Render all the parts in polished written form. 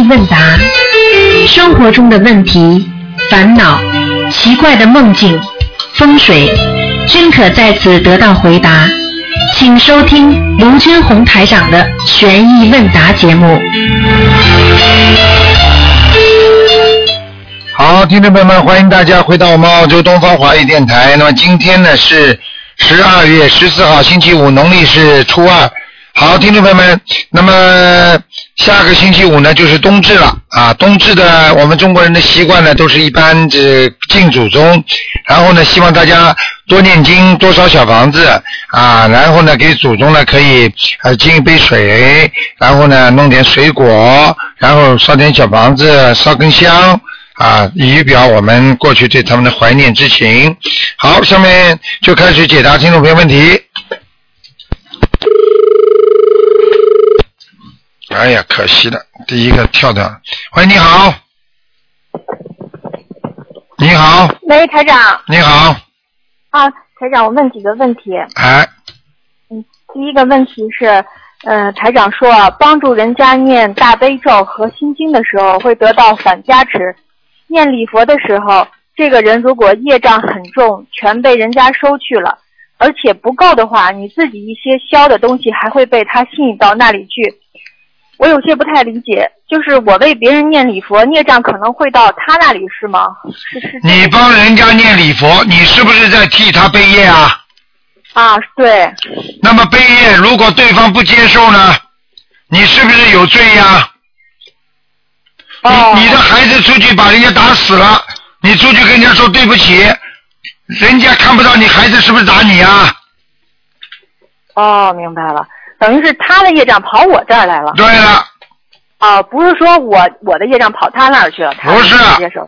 疑问答，生活中的问题、烦恼、奇怪的梦境、风水，均可在此得到回答。请收听卢军红台长的悬疑问答节目。 好，听众朋友们，欢迎大家回到我们澳洲东方华语电台。那么今天呢是12月14号，星期五，农历是初二。好，听众朋友们，那么下个星期五呢就是冬至了啊。冬至的我们中国人的习惯呢都是一般敬祖宗，然后呢希望大家多念经，多烧小房子啊，然后呢给祖宗呢可以敬一杯水，然后呢弄点水果，然后烧点小房子，烧根香啊，以表我们过去对他们的怀念之情。好，下面就开始解答听众朋友问题。哎呀，可惜了，第一个跳掉。喂，你好。你好。 喂，台长。 你好。 啊，台长，我问几个问题。 哎。 第一个问题是，台长说帮助人家念大悲咒和心经的时候会得到反加持，念礼佛的时候，这个人如果业障很重，全被人家收去了，而且不够的话，你自己一些消的东西还会被他吸引到那里去。我有些不太理解，就是我为别人念礼佛，孽障可能会到他那里是吗？是。 你帮人家念礼佛，你是不是在替他背业啊？ 啊，对。 那么背业，如果对方不接受呢，你是不是有罪呀？你的孩子出去把人家打死了，你出去跟人家说对不起，人家看不到你孩子是不是打你啊？ 哦，明白了。等于是他的业障跑我这儿来了。 对了。 啊，不是说我的业障跑他那儿去了，他不是接受。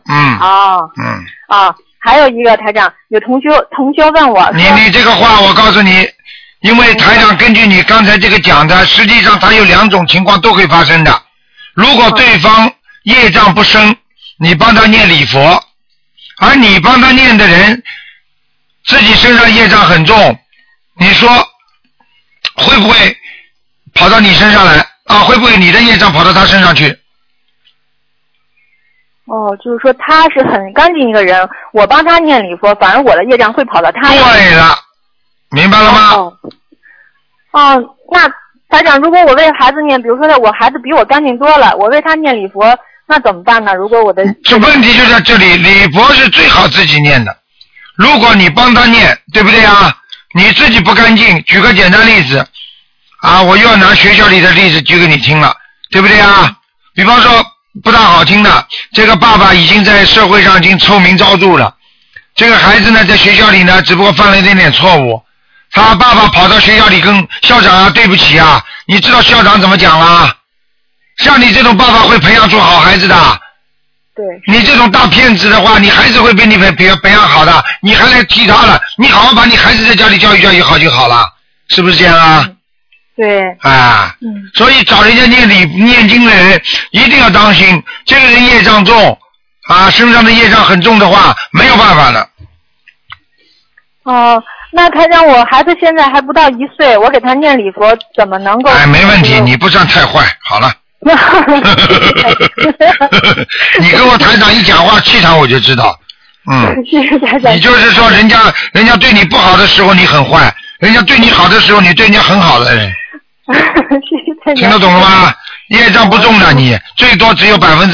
还有一个台长，有同学问我， 你这个话我告诉你，因为台长根据你刚才这个讲的，实际上他有两种情况都会发生的。如果对方业障不深，你帮他念礼佛，而你帮他念的人自己身上业障很重，你说会不会跑到你身上来啊？会不会你的业障跑到他身上去？ 哦，就是说他是很干净一个人，我帮他念礼佛，反而我的业障会跑到他。 对了，明白了吗？ 那台长，如果我为孩子念，比如说我孩子比我干净多了，我为他念礼佛，那怎么办呢？如果我的这问题就在这里，礼佛是最好自己念的。如果你帮他念，对不对啊？你自己不干净，举个简单例子啊，我又要拿学校里的例子举给你听了，对不对啊？比方说不大好听的，这个爸爸已经在社会上已经臭名昭著了，这个孩子呢在学校里呢只不过犯了一点点错误，他爸爸跑到学校里跟校长啊对不起啊，你知道校长怎么讲啦？像你这种爸爸会培养出好孩子的。 对。 你这种大骗子的话，你孩子会被你培养好的，你还来替他了，你好好把你孩子在家里教育好就好了，是不是这样啊？ 对。 所以找人家念经的人一定要当心，这个人业障重啊，身上的业障很重的话，没有办法的。 哦，那台长，我孩子现在还不到1岁，我给他念礼佛，怎么能够？ 没问题，你不算太坏，好了。你跟我台长一讲话，气场我就知道。 谢谢台长。 你就是说，人家对你不好的时候你很坏，人家对你好的时候你对人家很好的人。 谢谢台长。 听得懂了吗？业障不重的你，最多只有30%。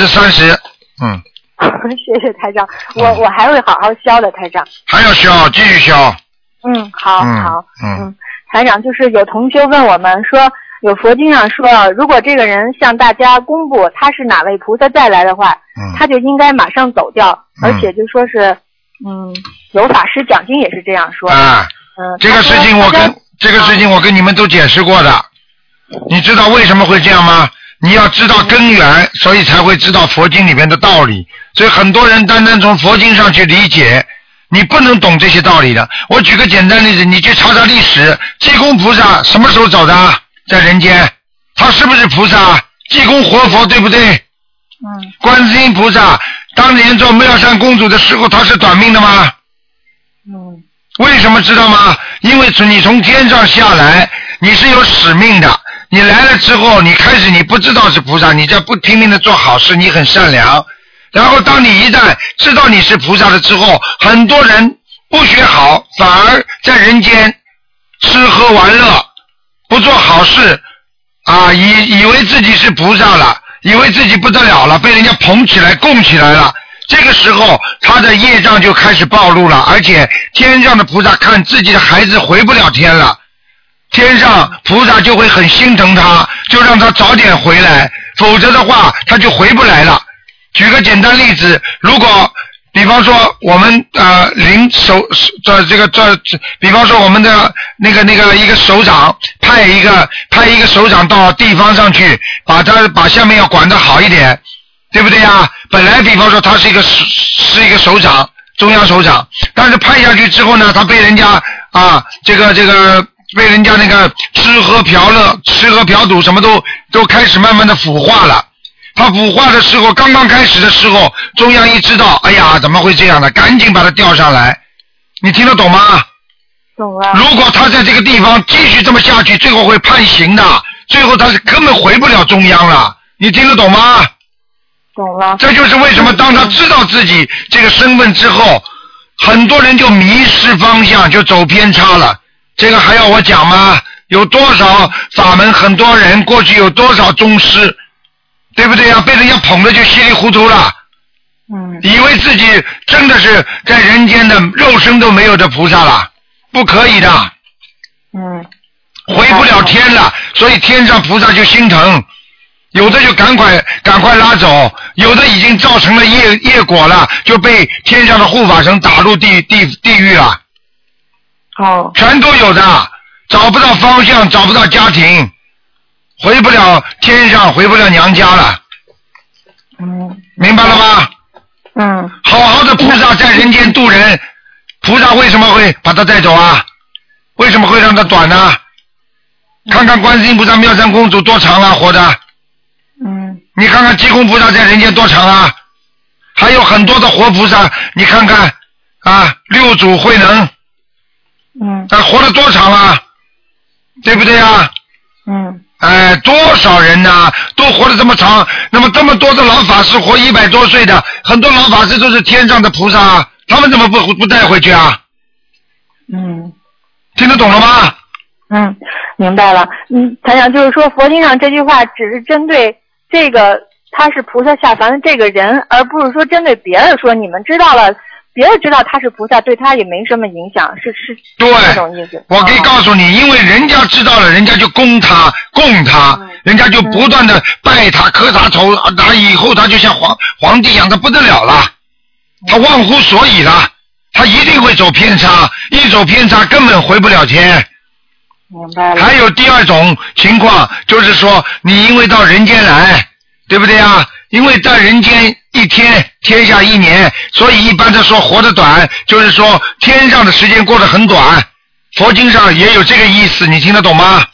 谢谢台长，我还会好好消的，台长。 还要消，继续消。 好。台长，就是有同学问我们说，有佛经上说，如果这个人向大家公布他是哪位菩萨再来的话，他就应该马上走掉，而且就说是，有法师讲经也是这样说。 这个事情我跟你们都解释过的，你知道为什么会这样吗？你要知道根源，所以才会知道佛经里面的道理。所以很多人单单从佛经上去理解，你不能懂这些道理的。我举个简单例子，你去查查历史，济公菩萨什么时候走的？在人间，他是不是菩萨？济公活佛，对不对？观世音菩萨当年做妙善公主的时候，他是短命的吗？为什么知道吗？因为你从天上下来，你是有使命的， 你来了之后，你开始你不知道是菩萨，你在不拼命的做好事，你很善良。然后当你一旦知道你是菩萨了之后，很多人不学好，反而在人间吃喝玩乐，不做好事啊，以为自己是菩萨了，以为自己不得了了，被人家捧起来供起来了。这个时候他的业障就开始暴露了，而且天上的菩萨看自己的孩子回不了天了，天上菩萨就会很心疼他，就让他早点回来，否则的话他就回不来了。举个简单例子，如果比方说我们比方说我们的那个一个首长派一个首长到地方上去，把下面要管得好一点，对不对呀？本来比方说他是一个首长，中央首长，但是派下去之后呢，他被人家被人家那个吃喝嫖赌什么都开始慢慢的腐化了。他腐化的时候，刚刚开始的时候，中央一知道，哎呀，怎么会这样的？赶紧把他调上来。你听得懂吗？ 懂了。 如果他在这个地方继续这么下去，最后会判刑的，最后他是根本回不了中央了。你听得懂吗？ 懂了。 这就是为什么当他知道自己这个身份之后，很多人就迷失方向，就走偏差了。这个还要我讲吗？有多少法门，很多人过去有多少宗师，对不对呀？被人家捧的就稀里糊涂了，以为自己真的是在人间的肉身都没有的菩萨了，不可以的，回不了天了，所以天上菩萨就心疼，有的就赶快拉走，有的已经造成了业果了，就被天上的护法神打入地狱了，全都有的，找不到方向，找不到家庭，回不了天上，回不了娘家了。明白了吗？好好的菩萨在人间度人，菩萨为什么会把他带走啊？为什么会让他短呢？看看观世音菩萨、妙善公主多长啊，活的。你看看济公菩萨在人间多长啊？还有很多的活菩萨，你看看啊，六祖慧能，活了多长啊？对不对啊？多少人呐，都活得这么长，那么这么多的老法师活100多岁的，很多老法师都是天上的菩萨，他们怎么不带回去啊？听得懂了吗？ 明白了。台长就是说，佛经上这句话只是针对这个他是菩萨下凡的这个人，而不是说针对别人说你们知道了，别人知道他是菩萨，对他也没什么影响，是对这种意思。 我可以告诉你，因为人家知道了，人家就供他，人家就不断的拜他、磕他头，他以后他就像皇帝一样，他不得了了，他忘乎所以了，他一定会走偏差，一走偏差根本回不了天。 明白了。 还有第二种情况，就是说你因为到人间来，对不对啊？因为在人间一天，天下1年，所以一般的说活得短，就是说天上的时间过得很短。佛经上也有这个意思，你听得懂吗？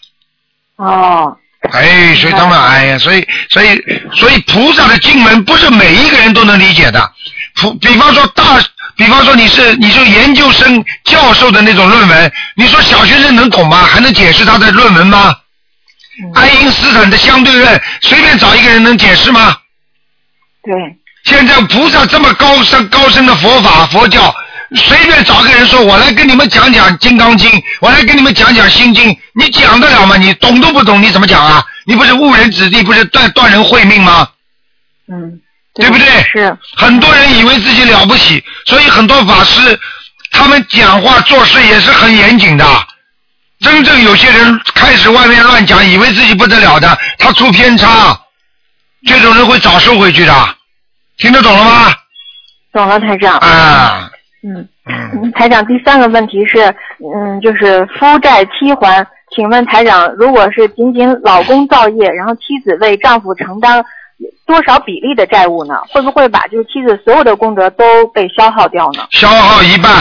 所以他们所以菩萨的经文不是每一个人都能理解的。比方说你是研究生教授的那种论文，你说小学生能懂吗？还能解释他的论文吗？爱因斯坦的相对论，随便找一个人能解释吗？ 对。 现在菩萨这么高深的佛法佛教，随便找个人说，我来跟你们讲讲金刚经，我来跟你们讲讲心经，你讲得了吗？你懂都不懂，你怎么讲啊？你不是误人子弟，不是断人慧命吗？对不对？ 是。 很多人以为自己了不起，所以很多法师他们讲话做事也是很严谨的。真正有些人开始外面乱讲，以为自己不得了的，他出偏差，这种人会早收回去的。听得懂了吗？ 懂了，台长。台长，第3个问题是，就是夫债妻还，请问台长，如果是仅老公造业，然后妻子为丈夫承担多少比例的债务呢？会不会把就是妻子所有的功德都被消耗掉呢？ 消耗一半。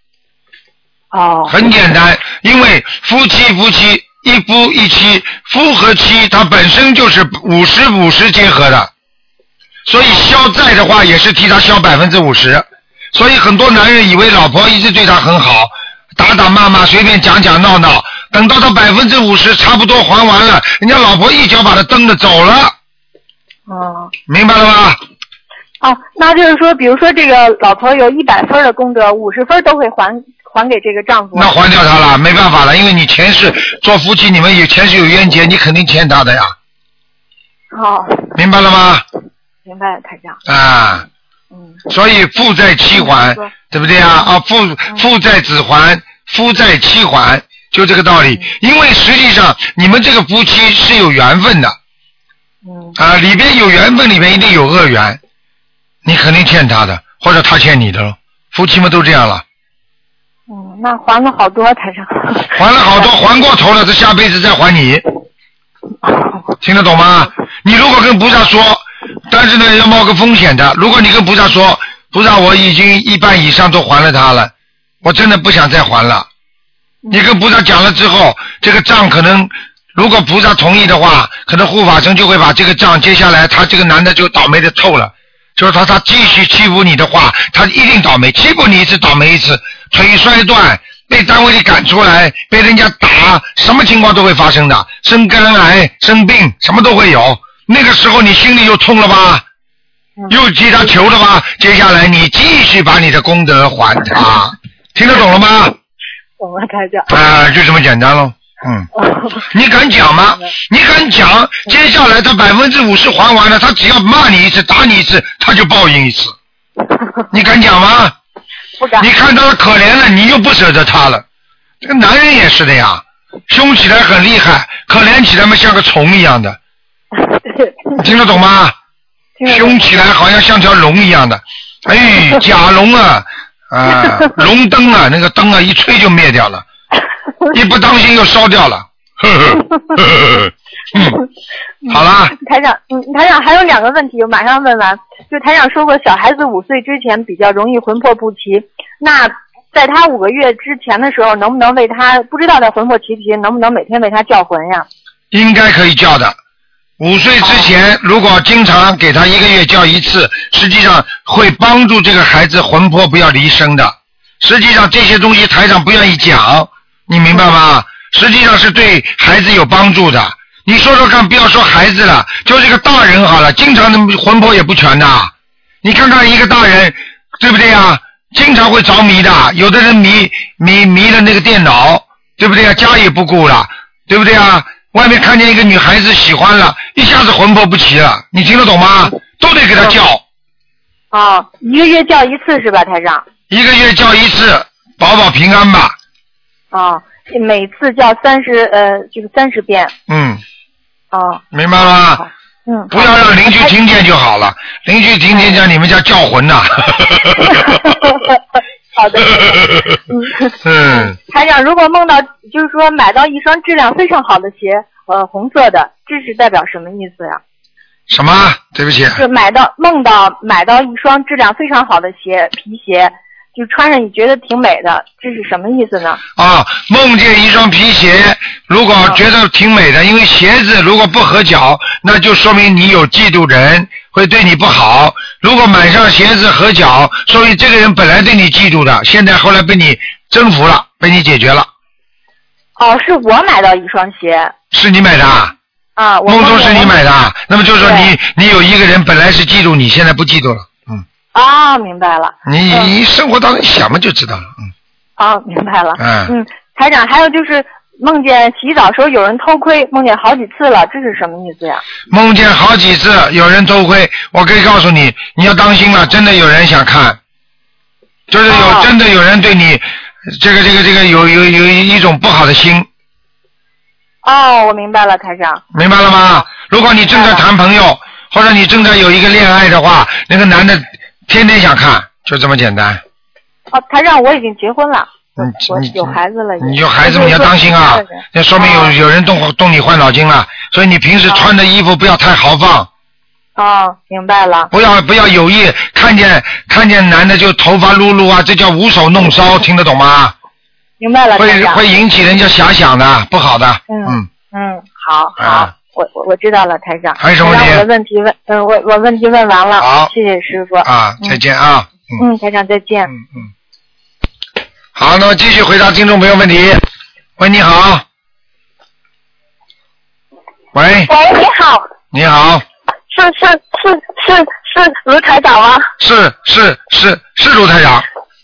很简单，因为夫妻一夫一妻，夫和妻它本身就是50-50结合的，所以消债的话也是替他消50%。所以很多男人以为老婆一直对他很好，打打骂骂，随便讲讲闹闹， 等到他50%差不多还完了，人家老婆一脚把他蹬着走了。 哦。 明白了吗？ 哦，那就是说，比如说这个老婆有100分的功德，50分都会还给这个丈夫。 那还掉他了，没办法了，因为你前世做夫妻，你们前世有冤结，你肯定欠他的呀。 哦。 明白了吗？ 明白了，台长。 啊。所以父债妻还，对不对啊？啊，父债子还，夫债妻还，就这个道理。因为实际上你们这个夫妻是有缘分的。里边有缘分，里边一定有恶缘，你肯定欠他的，或者他欠你的了。夫妻们都这样了。 那还了好多，台长。 还了好多，还过头了，这下辈子再还你。听得懂吗？你如果跟菩萨说，但是呢要冒个风险的。如果你跟菩萨说，菩萨我已经一半以上都还了他了，我真的不想再还了。你跟菩萨讲了之后，这个账可能，如果菩萨同意的话，可能护法神就会把这个账，接下来他这个男的就倒霉的透了。就是他继续欺负你的话，他一定倒霉，欺负你一次倒霉一次，腿摔断，被单位里赶出来，被人家打，什么情况都会发生的，生肝癌、生病，什么都会有。那个时候你心里又痛了吧，又替他求了吧，接下来你继续把你的功德还他，听得懂了吗？ 懂了，台长。 就这么简单咯。你敢讲吗？你敢讲？接下来他50%还完了，他只要骂你一次、打你一次，他就报应一次。你敢讲吗？ 不敢。 你看他可怜了，你又不舍得他了。这个男人也是的呀，凶起来很厉害，可怜起来嘛像个虫一样的。听得懂吗？凶起来好像像条龙一样的。哎，假龙啊，龙灯啊，那个灯啊一吹就灭掉了。一不当心又烧掉了，好啦。 台长，台长还有2个问题，我马上问完。就台长说过，小孩子5岁之前比较容易魂魄不齐，那在他5个月之前的时候，能不能为他不知道的魂魄齐不齐，能不能每天为他叫魂呀？应该可以叫的。5岁之前，如果经常给他1个月叫一次，实际上会帮助这个孩子魂魄不要离身的。实际上这些东西台长不愿意讲。你明白吗？实际上是对孩子有帮助的。你说说看，不要说孩子了，就这个大人好了，经常的魂魄也不全的。你看看一个大人，对不对啊？经常会着迷的，有的人迷了那个电脑，对不对啊？家也不顾了，对不对啊？外面看见一个女孩子喜欢了，一下子魂魄不齐了，你听得懂吗？都得给他叫。1个月叫一次是吧，台长？1个月叫一次，保保平安吧。每次叫就是30遍。明白吗？不要让邻居听见就好了，邻居听见叫你们家叫魂呐。好的。台长，如果梦到就是说买到一双质量非常好的鞋，红色的，这是代表什么意思呀？什么？对不起。是梦到买到一双质量非常好的鞋，皮鞋。就穿上你觉得挺美的，这是什么意思呢？梦见一双皮鞋，如果觉得挺美的，因为鞋子如果不合脚，那就说明你有嫉妒人，会对你不好。如果买上鞋子合脚，说明这个人本来对你嫉妒的，现在后来被你征服了，被你解决了。是我买到一双鞋。是你买的啊？梦中是你买的，那么就是说你有一个人本来是嫉妒你，现在不嫉妒了。明白了。你生活当中想嘛就知道了。明白了。台长，还有就是梦见洗澡时候有人偷窥，梦见好几次了，这是什么意思呀？梦见好几次有人偷窥，我可以告诉你，你要当心了，真的有人想看，就是真的有人对你这个有一种不好的心。我明白了，台长。明白了吗？如果你正在谈朋友，或者你正在有一个恋爱的话，那个男的天天想看，就这么简单。台长，我已经结婚了，我有孩子了。你有孩子，你要当心啊！那说明有人动你坏脑筋了。所以你平时穿的衣服不要太豪放。明白了。不要有意看见男的就头发撸撸啊，这叫无手弄烧，听得懂吗？明白了。会引起人家遐想的，不好的。好。我知道了，台长。还有什么问题？我的问题我问题问完了。好，谢谢师傅。再见啊。台长再见。好，那么继续回答听众朋友问题。喂，你好。 喂， 喂，你好。 你好。 是卢台长吗？ 是卢台长。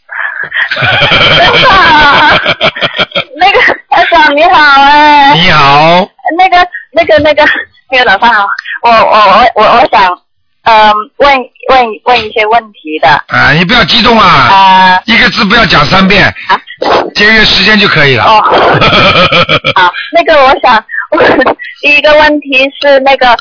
那个台长你好哎。 你好。 那个老范好，我想问一些问题的。 啊，你不要激动啊。一个字不要讲3遍。啊。节约时间就可以了。 哦。好，那个我想第一个问题是那个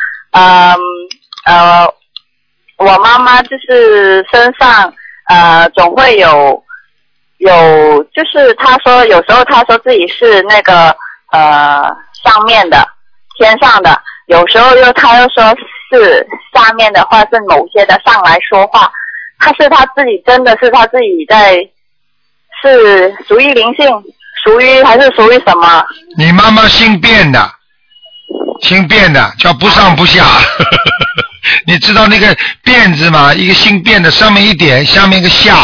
我妈妈就是身上总会有，就是她说有时候她说自己是那个上面的天上的，有时候她又说是下面的话是某些的上来说话，她自己真的是她自己在是属于灵性，还是属于什么？ 你妈妈姓卞的叫不上不下。你知道那个卞字吗？一个姓卞的，上面一点，下面一个下，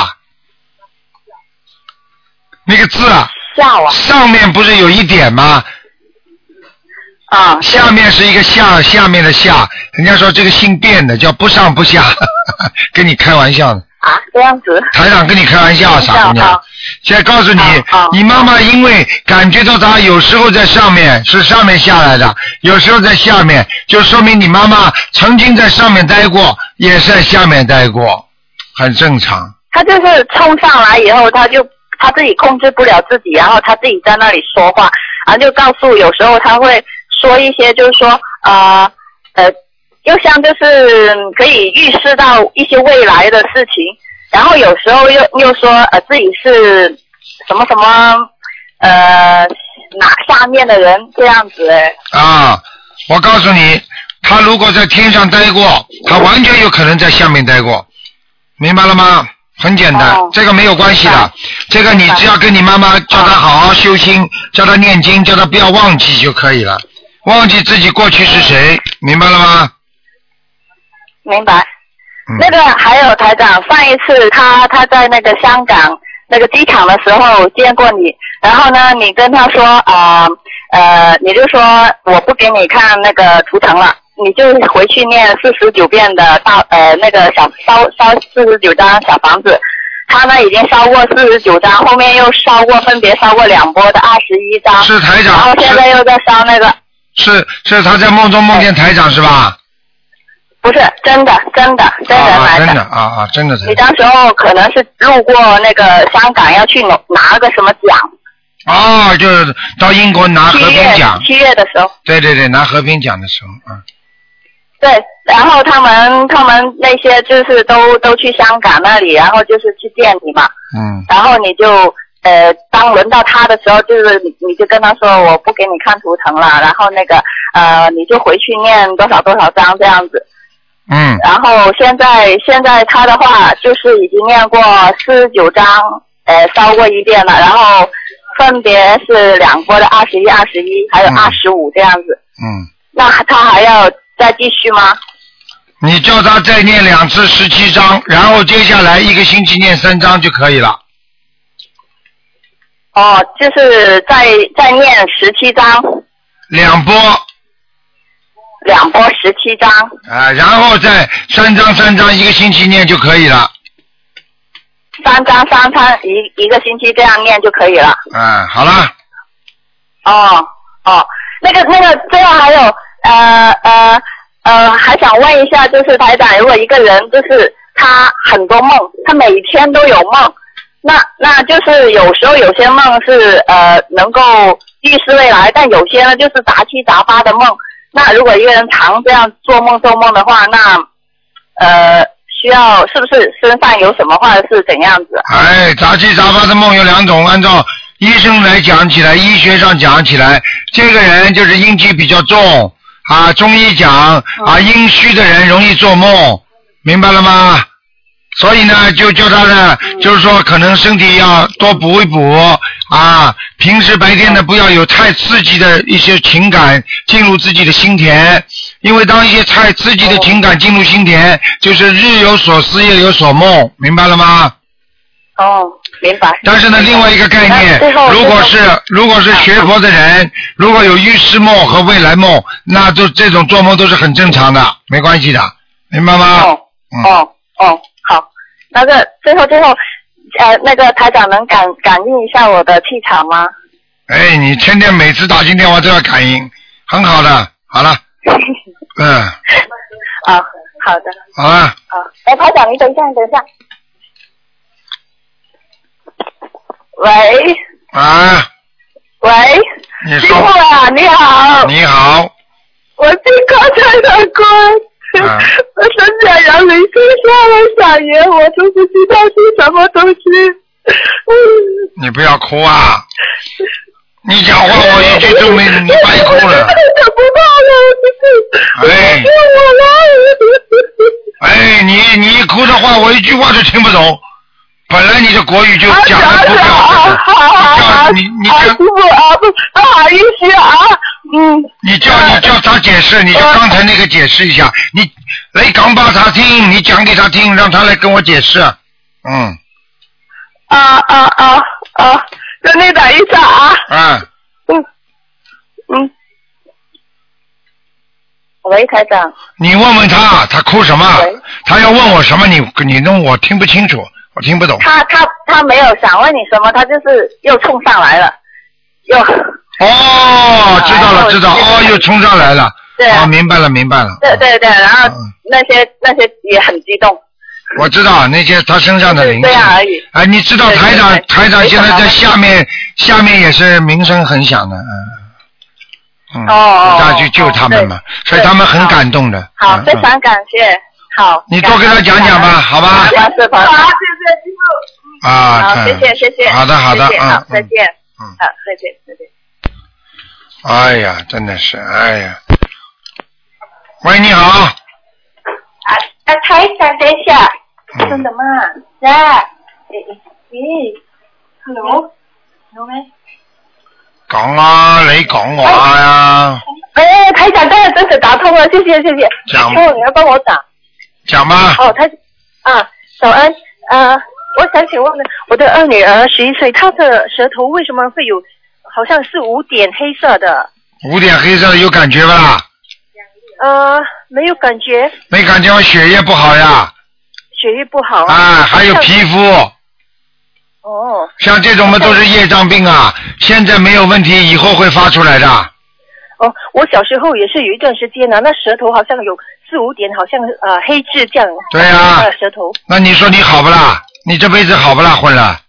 那个字啊，上面不是有一点吗？ 啊， 下面是一个下面的下，人家说这个姓卞的叫不上不下，跟你开玩笑呢。 啊，这样子。 台长跟你开玩笑，傻姑娘。现在告诉你，你妈妈因为感觉到她有时候在上面是上面下来的，有时候在下面，就说明你妈妈曾经在上面待过，也是在下面待过，很正常。 她就是冲上来以后，她自己控制不了自己，然后她自己在那里说话，然后就告诉有时候她会说一些，就是说又像就是可以预示到一些未来的事情，然后有时候又说自己是什么什么哪下面的人这样子哎。 啊，我告诉你，他如果在天上待过，他完全有可能在下面待过，明白了吗？很简单，这个没有关系的，这个你只要跟你妈妈叫她好好修心，叫她念经，叫她不要忘记就可以了，忘记自己过去是谁，明白了吗？ 明白。那个还有台长，上一次他在那个香港那个机场的时候见过你，然后呢你跟他说你就说我不给你看那个图腾了，你就回去念49遍的那个烧49张小房子，他呢已经烧过49张，后面又分别烧过2波的21张， 是台长， 然后现在又在烧那个， 是他在梦中梦见台长是吧？ 不是真的人来的。 真的真的。 你当时候可能是路过那个香港要去拿个什么奖。 就是到英国拿和平奖。 7月的时候。对， 拿和平奖的时候对，然后他们那些就是都去香港那里，然后就是去见你嘛。然后你就当轮到他的时候，就是你就跟他说我不给你看图腾了，然后那个你就回去念多少章这样子。然后现在他的话就是已经念过49章，烧过1遍了，然后分别是2波的21还有25这样子。那他还要再继续吗？ 你叫他再念2次17章，然后接下来1个星期念3章就可以了。 就是再念17章。 2波 17章。 然后再3章1个星期念就可以了。 3章一个星期这样念就可以了。 好了。 那个最后还有还想问一下，就是台长，如果一个人就是他很多梦，他每天都有梦，那就是有时候有些梦是能够预示未来，但有些呢就是杂七杂八的梦。那如果一个人常这样做梦的话，那需要是不是身上有什么或者是怎样子？ 杂七杂八的梦有2种，按照医生来讲起来，医学上讲起来，这个人就是阴气比较重中医讲阴虚的人容易做梦，明白了吗？所以呢就叫他呢就是说可能身体要多补一补平时白天呢不要有太刺激的一些情感进入自己的心田，因为当一些太刺激的情感进入心田，就是日有所思夜有所梦，明白了吗？ 明白。 但是呢，另外一个概念，如果是学佛的人，如果有预示梦和未来梦，那就这种做梦都是很正常的，没关系的，明白吗？ 好。那个最后，那个台长能感应一下我的气场吗？ 哎，你天天每次打进电话都要感应，很好的，好了。 好的。 好了。 来，台长，你等一下。喂。喂。 你说。 师傅啊，你好。 你好。 我是刚才的官。我身上有灵性下来撒盐，我都不知道是什么东西。 你不要哭啊！你讲话我一句都没，你白哭了。 不怕了，救我了！ 哎，你一哭的话，我一句话都听不懂。本来你的国语就讲的不标准，你师傅不好意思啊。 你叫他解释，你就刚才那个解释一下，你讲把他听，你讲给他听，让他来跟我解释。 那你等一下啊。喂，台长。 你问问他哭什么？他要问我什么？你弄我听不清楚，我听不懂。 他没有想问你什么，他就是又冲上来了，又。 知道又冲上来了。对。明白了。 对，然后那些也很激动。 我知道那些他身上的灵性。 这样而已。 你知道台长现在在下面也是名声很响的。大家去救他们嘛，所以他们很感动的。 好，非常感谢。好。 你多给他讲讲吧，好吧？ 好，谢谢师傅。好，谢谢。 好的。 好，再见。 好， 再见。 哎呀，真的是，哎呀。喂，你好。 台长，等一下。真的吗？在。hello。有没？ 講啊，你講話呀。 台長，真是打通了，謝謝。講。你要幫我打。 講吧。 早安。我想請問呢，我的二女兒11歲，她的舌頭為什麼會有好像是5點黑色的 ？5點黑色的有感覺吧啦？ 沒有感覺。 沒感覺，我血液不好呀。 血液不好。 還有皮膚。像這種嘛都是業障病啊，現在沒有問題，以後會發出來的。 我小時候也是有一段時間啊，那舌頭好像有4、5點，好像黑痣這樣。 對啊。 舌頭。 那你說你好不啦？你這輩子好不啦？混了。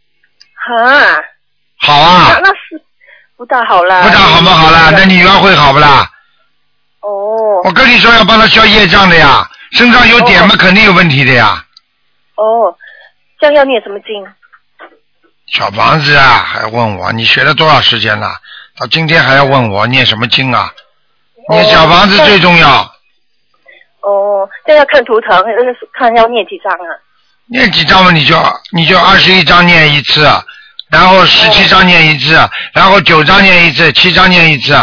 好啊。 那是不大好啦。 不大好嘛好啦，那女兒會好不啦？我跟你說要幫他消業障的呀，身上有點嘛肯定有問題的呀。 這樣要念什麼經？ 小房子啊，還問我你學了多少時間了？到今天還要問我念什麼經啊？念小房子最重要。 這要看圖騰，看要念幾張啊？ 念幾張嘛？你就21張念一次，然後17張念一次，然後9張念一次，7張念一次。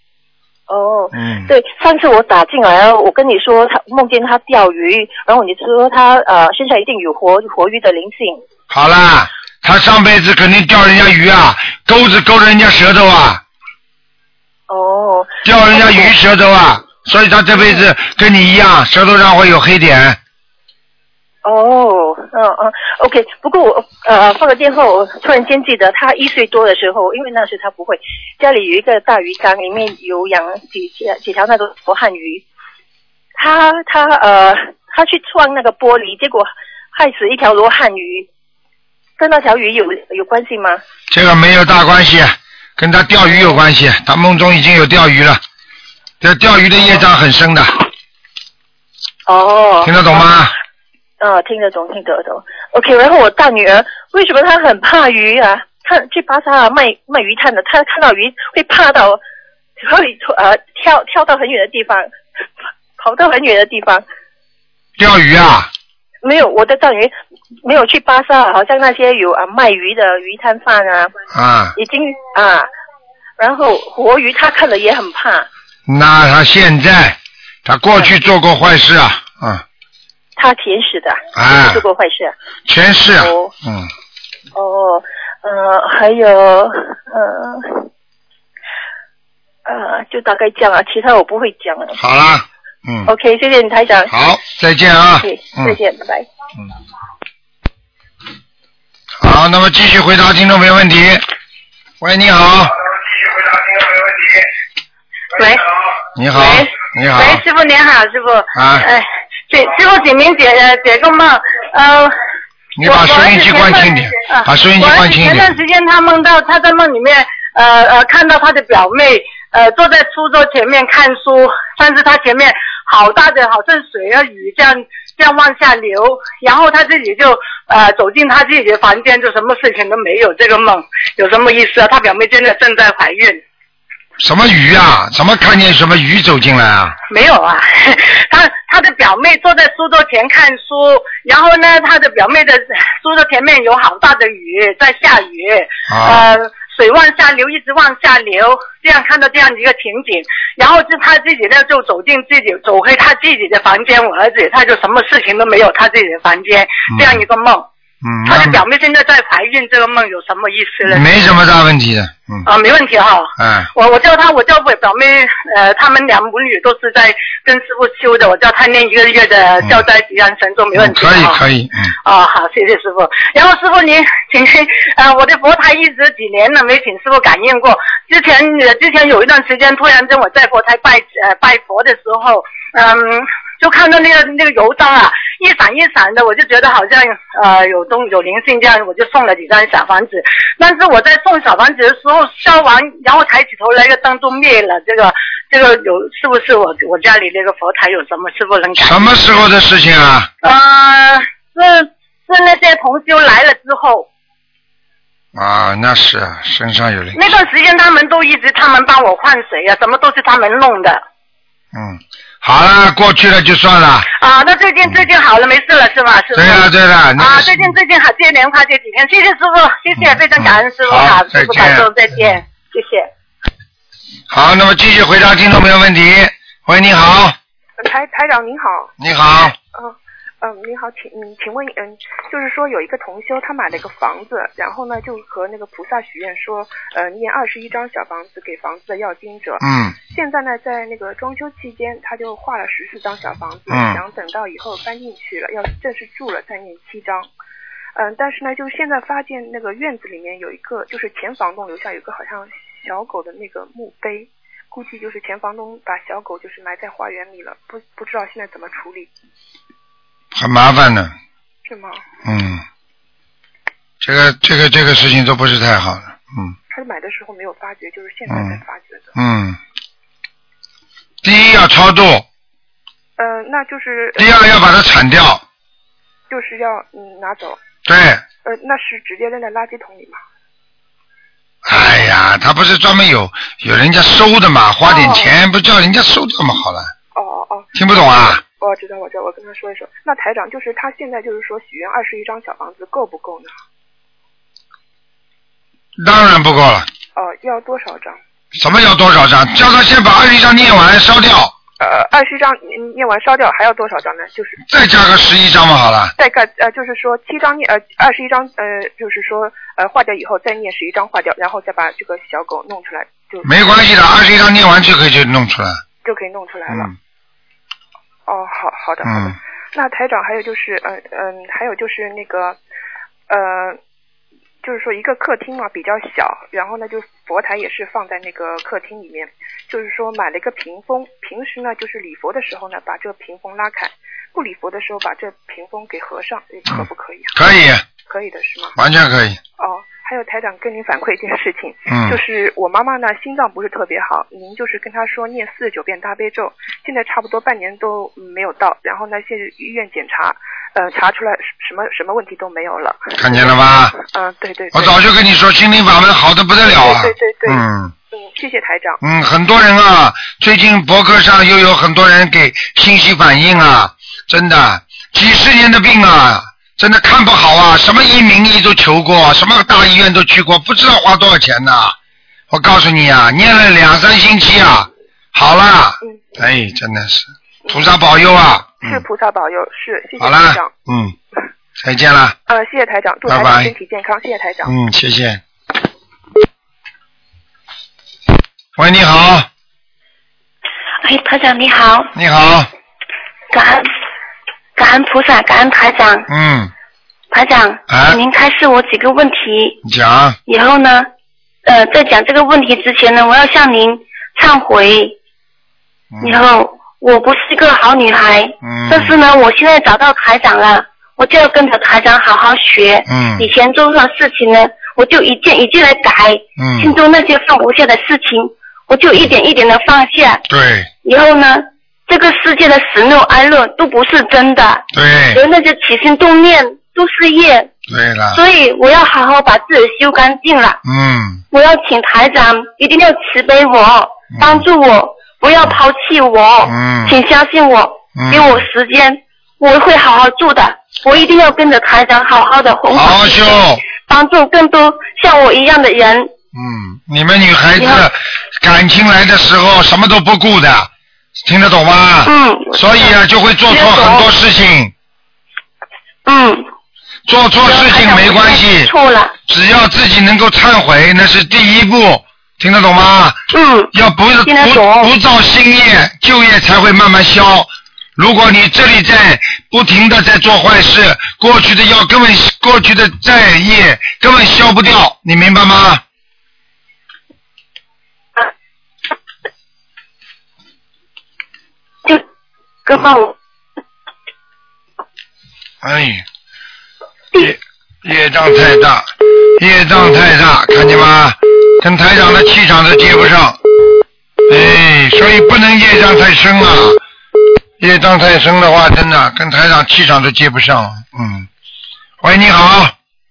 對，上次我打進來，我跟你說他夢見他釣魚，然後你說他身上一定有活魚的靈性。 好啦。他上輩子肯定釣人家魚啊，鈎子勾着人家舌頭啊。釣人家魚舌頭啊，所以他這輩子跟你一樣，舌頭上會有黑點。 OK， 不過我放了電話，我突然間記得他1歲多的時候，因為那時他不會，家裡有一個大魚缸，裡面有養幾條那種活漢魚，他去撞那個玻璃，結果害死一條羅漢魚。跟那條魚有關係嗎？ 這個沒有大關係，跟他釣魚有關係。他夢中已經有釣魚了，這釣魚的業障很深的。聽得懂嗎？ 聽得懂。OK， 然後我大女兒為什麼她很怕魚啊？她去巴沙賣魚攤的，她看到魚會怕到會跳到很遠的地方，跑到很遠的地方。 釣魚啊？ 沒有，我的大女兒沒有去巴沙，好像那些有賣魚的魚攤販已經然後活魚他看了也很怕。 那他過去做過壞事啊。 他前世的。做過壞事。 前世啊。 哦，还有就大概这样啊，其他我不会讲了。 好啦 ，OK， 谢谢你台长。 好，再见啊。 OK，再见，拜拜。 好，那么继续回答听众朋友问题。喂，你好。 喂。 你好。你好。 喂，师傅您好，师傅。 啊。 师傅请您解个梦。 你把收音机关轻点，把收音机关轻点。 前段时间他梦到他在梦里面看到他的表妹坐在书桌前面看书，但是他前面好大的好像水和雨这样往下流，然后他自己就走进他自己的房间，就什么事情都没有。这个梦有什么意思啊？他表妹现在正在怀孕。 什么鱼啊？怎么看见什么鱼走进来啊？ 没有啊，他的表妹坐在书桌前看书，然后呢，他的表妹的书桌前面有好大的雨在下雨，水往下流，一直往下流，这样看到这样一个情景，然后就他自己呢就走回他自己的房间，我儿子他就什么事情都没有，他自己的房间，这样一个梦。他的表妹现在在怀孕，这个梦有什么意思呢？ 没什么大问题的。 没问题哈。我叫表妹，他们两母女都是在跟师傅修的，我叫他念1个月的消灾吉安神咒，没问题。 可以。 好，谢谢师傅。然后师傅您，请我的佛台一直几年了没请师傅感应过。之前有一段时间，突然间我在佛台拜佛的时候，就看到那个油灯啊，一闪一闪的，我就觉得好像有灵性这样，我就送了几张小房子。但是我在送小房子的时候烧完，然后抬起头来，那个灯就灭了。这个是不是我家里那个佛台有什么师傅能改？ 什么时候的事情啊？ 是那些同修来了之后。 那是身上有灵。 那段时间他们帮我换水啊，什么都是他们弄的。 好了，过去了就算了。 那最近好了，没事了是吗？是吧？ 对了。 最近好，接莲花这几天，谢谢师傅，谢谢，非常感恩师傅，好，师傅保重，再见，谢谢。 好，那么继续回答听众朋友问题。喂，你好。 台长您好。 你好。 您好，请问就是说有一个同修他买了一个房子，然后呢就和那个菩萨许愿说念21张小房子给房子的要经者。现在呢在那个装修期间他就画了14张小房子，想等到以后搬进去了要正式住了再念7张。但是呢就现在发现那个院子里面有一个就是前房东留下有一个好像小狗的那个墓碑，估计就是前房东把小狗就是埋在花园里了，不知道现在怎么处理。 很麻烦的。 是吗？ 这个事情都不是太好了。 他买的时候没有发觉，就是现在才发觉的。 第一要超度。 那就是。 第二要把它铲掉。 就是要拿走。 对。 那是直接扔在垃圾桶里吗？ 哎呀，他不是专门有人家收的嘛，花点钱不叫人家收掉嘛，好了。听不懂啊？ 我知道，我跟他说一说。那台长就是他现在就是说许愿21张小房子够不够呢？ 当然不够了。 要多少张？ 什么要多少张？叫他先把21张念完烧掉。 21张念完烧掉还要多少张呢？就是再加个11张嘛，好了。 再就是说7张念21张就是说化掉以后再念11张化掉，然后再把这个小狗弄出来就。没关系的，21张念完就可以弄出来。 就可以弄出来了。好的。那台长还有就是还有就是那个就是说一个客厅嘛比较小，然后呢就佛台也是放在那个客厅里面，就是说买了一个屏风，平时呢就是礼佛的时候呢把这个屏风拉开，不礼佛的时候把这屏风给合上，可不可以？ 可以。 可以的是吗？ 完全可以。 还有台长跟您反馈一件事情，就是我妈妈呢心脏不是特别好，您就是跟她说念49遍大悲咒，现在差不多半年都没有到，然后呢现在医院检查查出来什么问题都没有了。 看见了吗？ 对。 我早就跟你说心灵法门好的不得了啊。 对。谢谢台长。 很多人啊，最近博客上又有很多人给信息反映啊，真的几十年的病啊。真的看不好啊，什么名医都求过，什么大医院都去过，不知道花多少钱呢。我告诉你啊，念了2-3星期啊，好了。真的是菩萨保佑啊。 是菩萨保佑，是谢谢台长。 再见了。 谢谢台长，祝台长身体健康，谢谢台长。 谢谢。喂，你好。 哎，台长你好。 你好。 感恩菩萨，感恩台长。台长，请您开示我几个问题。 讲。 以后呢，在讲这个问题之前呢，我要向您忏悔。以后我不是一个好女孩。但是呢，我现在找到台长了，我就要跟着台长好好学。以前做错事情呢，我就一件一件来改。心中那些放不下的事情，我就一点一点的放下。 对。 以后呢，这个世界的喜怒哀乐都不是真的。 对。 有那些起心动念都是业。 对了。 所以我要好好把自己修干净了。我要请台长一定要慈悲我，帮助我，不要抛弃我。请相信我，给我时间，我会好好做的。我一定要跟着台长好好的弘法，好好修，帮助更多像我一样的人。 你们女孩子感情来的时候什么都不顾的，听得懂吗？所以啊，就会做错很多事情。做错事情没关系， 错了， 只要自己能够忏悔，那是第一步，听得懂吗？要不造新业，旧业才会慢慢消。如果你这里在不停的在做坏事，过去的债业根本消不掉，你明白吗？ 就跟我。 业障太大，看见吗？跟台长的气场都接不上，所以不能业障太深啊。业障太深的话，真的跟台长气场都接不上。喂，你好。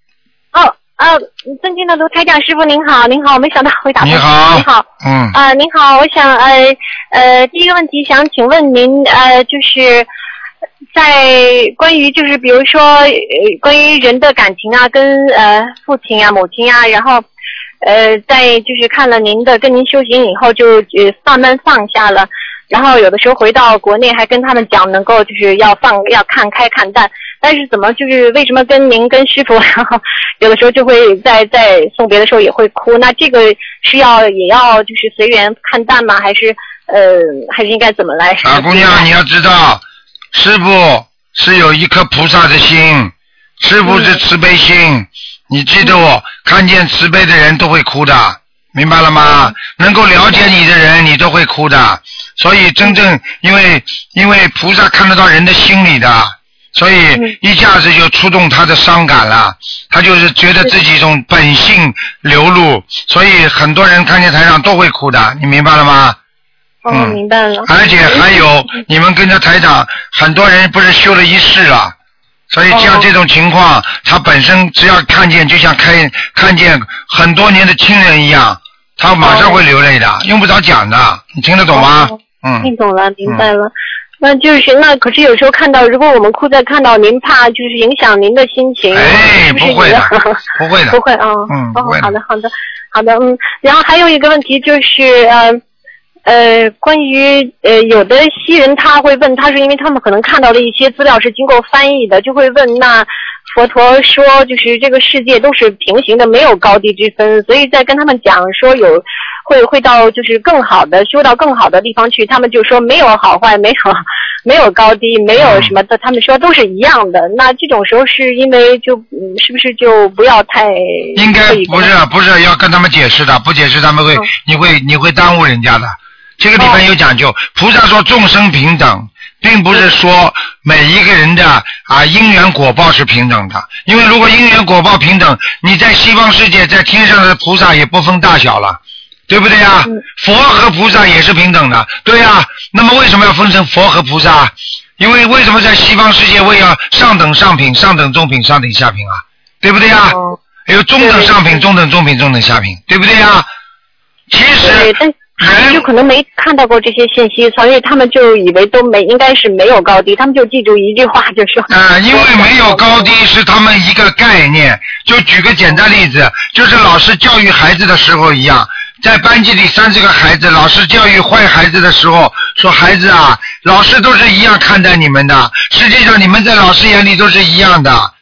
尊敬的卢台长师傅您好，我没想到会打通。 你好。 您好，我想第一个问题想请问您就是在关于就是比如说关于人的感情啊，跟父亲啊母亲啊，然后在就是看了您的跟您修行以后就慢慢放下了，然后有的时候回到国内还跟他们讲能够就是要看开看淡，但是怎么就是为什么跟师傅，然后有的时候就会在送别的时候也会哭，那这个是也要就是随缘看淡吗？还是应该怎么来？ 姑娘你要知道，师父是有一颗菩萨的心，师父是慈悲心，你记得我看见慈悲的人都会哭的，明白了吗？能够了解你的人你都会哭的，所以真正因为菩萨看得到人的心里的，所以一下子就触动他的伤感了，他就是觉得自己一种本性流露，所以很多人看见台上都会哭的，你明白了吗？ 明白了。 而且还有你们跟着台长很多人不是修了一世了，所以像这种情况他本身只要看见就像看见很多年的亲人一样，他马上会流泪的，用不着讲的，你听得懂吗？ 听懂了，明白了。那可是有时候如果我们哭在看到您，怕就是影响您的心情。 不会的，不会的。 不会啊。好的。然后还有一个问题就是关于有的西人他会问，他是因为他们可能看到的一些资料是经过翻译的，就会问那佛陀说就是这个世界都是平行的，没有高低之分，所以在跟他们讲说会到就是更好的修到更好的地方去，他们就说没有好坏，没有高低，没有什么的，他们说都是一样的。那这种时候是因为是不是就不要太应该不是要跟他们解释的，不解释他们你会耽误人家的。这个地方有讲究，菩萨说众生平等，并不是说每一个人的因缘果报是平等的，因为如果因缘果报平等，你在西方世界在天上的菩萨也不分大小了，对不对呀？佛和菩萨也是平等的，对呀。那么为什么要分成佛和菩萨？因为为什么在西方世界会要上等上品、上等中品、上等下品啊？对不对呀？有中等上品、中等中品、中等下品，对不对呀？其实人就可能没看到过这些信息，所以他们就以为应该是没有高低，他们就记住一句话就说因为没有高低是他们一个概念。就举个简单例子，就是老师教育孩子的时候一样，在班级里30个孩子，老师教育坏孩子的时候说，孩子啊，老师都是一样看待你们的，实际上你们在老师眼里都是一样的，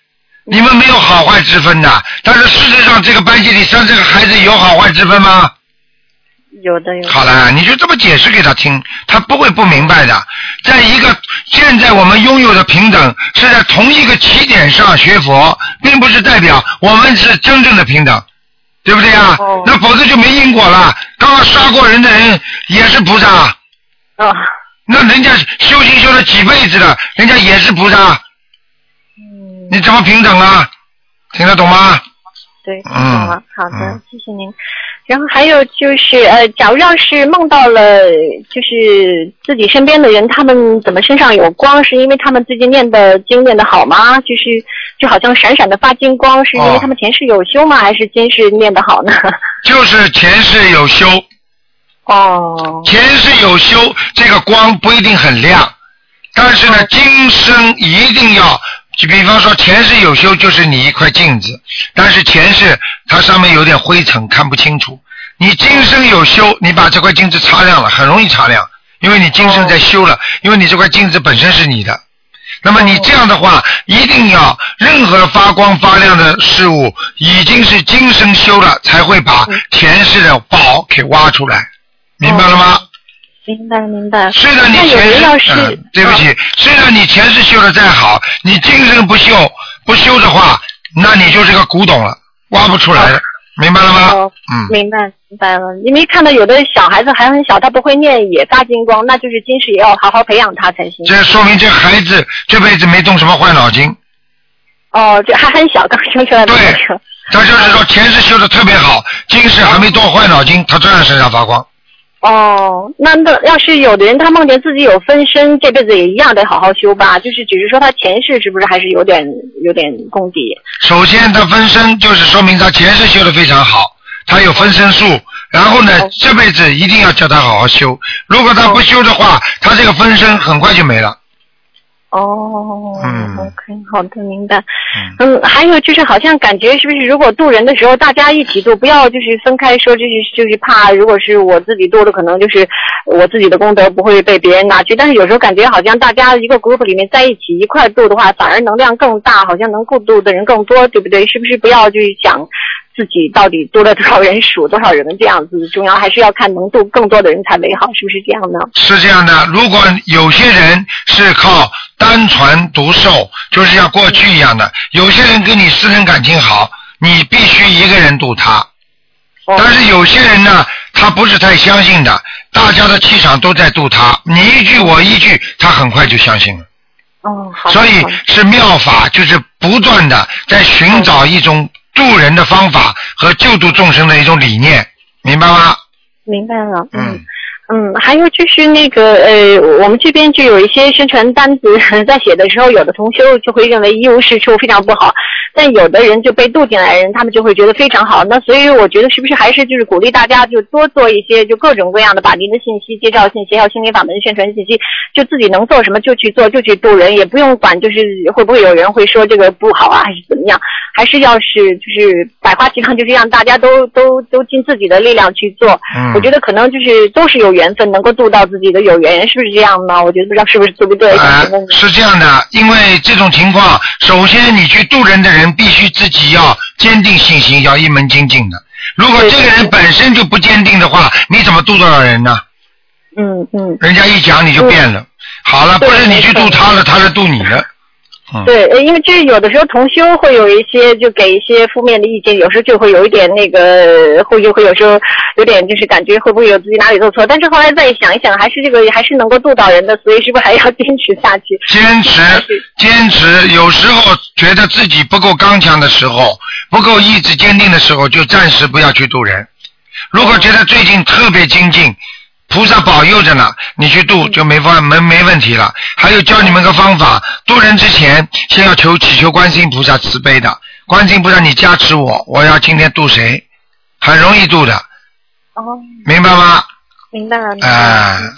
你们没有好坏之分的，但是事实上这个班级里生这个孩子有好坏之分吗？ 有的。 好了，你就这么解释给他听，他不会不明白的。在一个现在我们拥有的平等是在同一个起点上学佛，并不是代表我们是真正的平等，对不对啊？那否则就没因果了。刚刚杀过人的人也是菩萨。那人家修行修了几辈子的，人家也是菩萨。你怎么平等啊？听得懂吗？ 对，听懂了。好的，谢谢您。然后还有就是假如要是梦到了就是自己身边的人，他们怎么身上有光，是因为他们最近念的经念的好吗？就好像闪闪的发金光，是因为他们前世有修吗？还是今世念的好呢？就是前世有修。前世有修，这个光不一定很亮，但是呢，今生一定要。就比方说前世有修就是你一块镜子，但是前世它上面有点灰尘看不清楚，你今生有修，你把这块镜子擦亮了，很容易擦亮，因为你今生在修了，因为你这块镜子本身是你的。那么你这样的话一定要任何发光发亮的事物已经是今生修了，才会把前世的宝给挖出来，明白了吗？ 明白。 虽然你前世对不起，虽然你前世修的再好，你今生不修的话，那你就是个古董了，挖不出来的，明白了吗？ 明白了。因为看到有的小孩子还很小，他不会念也发金光，那就是今世也要好好培养他才行。 这说明这孩子这辈子没动什么坏脑筋。 这还很小，刚生出来的。 对，他就是说前世修的特别好，今世还没动坏脑筋，他照样身上发光。 那要是有的人他梦见自己有分身，这辈子也一样得好好修吧？就是只是说他前世是不是还是有点功底？首先他分身就是说明他前世修的非常好，他有分身术，然后呢这辈子一定要叫他好好修，如果他不修的话，他这个分身很快就没了。OK， 好的，明白。还有就是好像感觉是不是如果渡人的时候大家一起渡，不要就是分开说，就是怕如果是我自己渡的，可能就是我自己的功德不会被别人拿去，但是有时候感觉好像大家一个 group 里面在一起一块渡的话，反而能量更大，好像能够渡的人更多，对不对？是不是不要去想自己到底渡了多少人，数多少人这样子，重要还是要看能渡更多的人才为好，是不是这样呢？是这样的，如果有些人是靠单传独授，就是像过去一样的，有些人跟你私人感情好，你必须一个人渡他。但是有些人呢，他不是太相信的，大家的气场都在渡他，你一句我一句，他很快就相信了。所以是妙法，就是不断的在寻找一种渡人的方法和救度众生的一种理念，明白吗？明白了。还有就是那个我们这边就有一些宣传单子在写的时候，有的同修就会认为一无是处，非常不好，但有的人就被渡进来的人，他们就会觉得非常好。那所以我觉得是不是还是就是鼓励大家就多做一些就各种各样的把您的信息、介绍信息还有心灵法门宣传信息，就自己能做什么就去做，就去渡人，也不用管就是会不会有人会说这个不好啊还是怎么样，还是要是就是百花齐放，就是让大家都尽自己的力量去做。我觉得可能就是都是有缘分能够渡到自己的有缘人，是不是这样呢？我觉得不知道是不是对不对。是这样的，因为这种情况，首先你去渡人的人必须自己要坚定信心，要一门精进的。如果这个人本身就不坚定的话，你怎么渡得到人呢？人家一讲你就变了。好了，不是你去渡他了，他来渡你了。对，因为这有的时候同修会有一些就给一些负面的意见，有时候就会有一点那个会有时候有点就是感觉会不会有自己哪里做错，但是后来再想一想，还是这个还是能够渡到人的，所以是不是还要坚持下去？坚持，有时候觉得自己不够刚强的时候，不够意志坚定的时候，就暂时不要去渡人。如果觉得最近特别精进，菩萨保佑着呢，你去渡就没问题了。还有教你们个方法，渡人之前先要祈求观世音菩萨慈悲的，观世音菩萨你加持我要今天渡谁，很容易渡的。明白吗？明白了。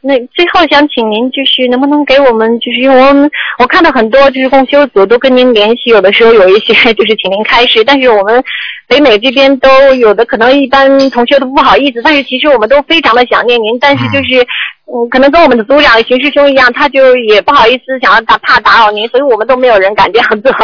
那最后想请您，就是能不能给我们，就是因为我看到很多就是共修组都跟您联系，有的时候有一些就是请您开示，但是我们北美这边都有的可能一般同学都不好意思，但是其实我们都非常的想念您，但是就是可能跟我们的组长邢师兄一样，他就也不好意思想要怕打扰您，所以我们都没有人敢这样做。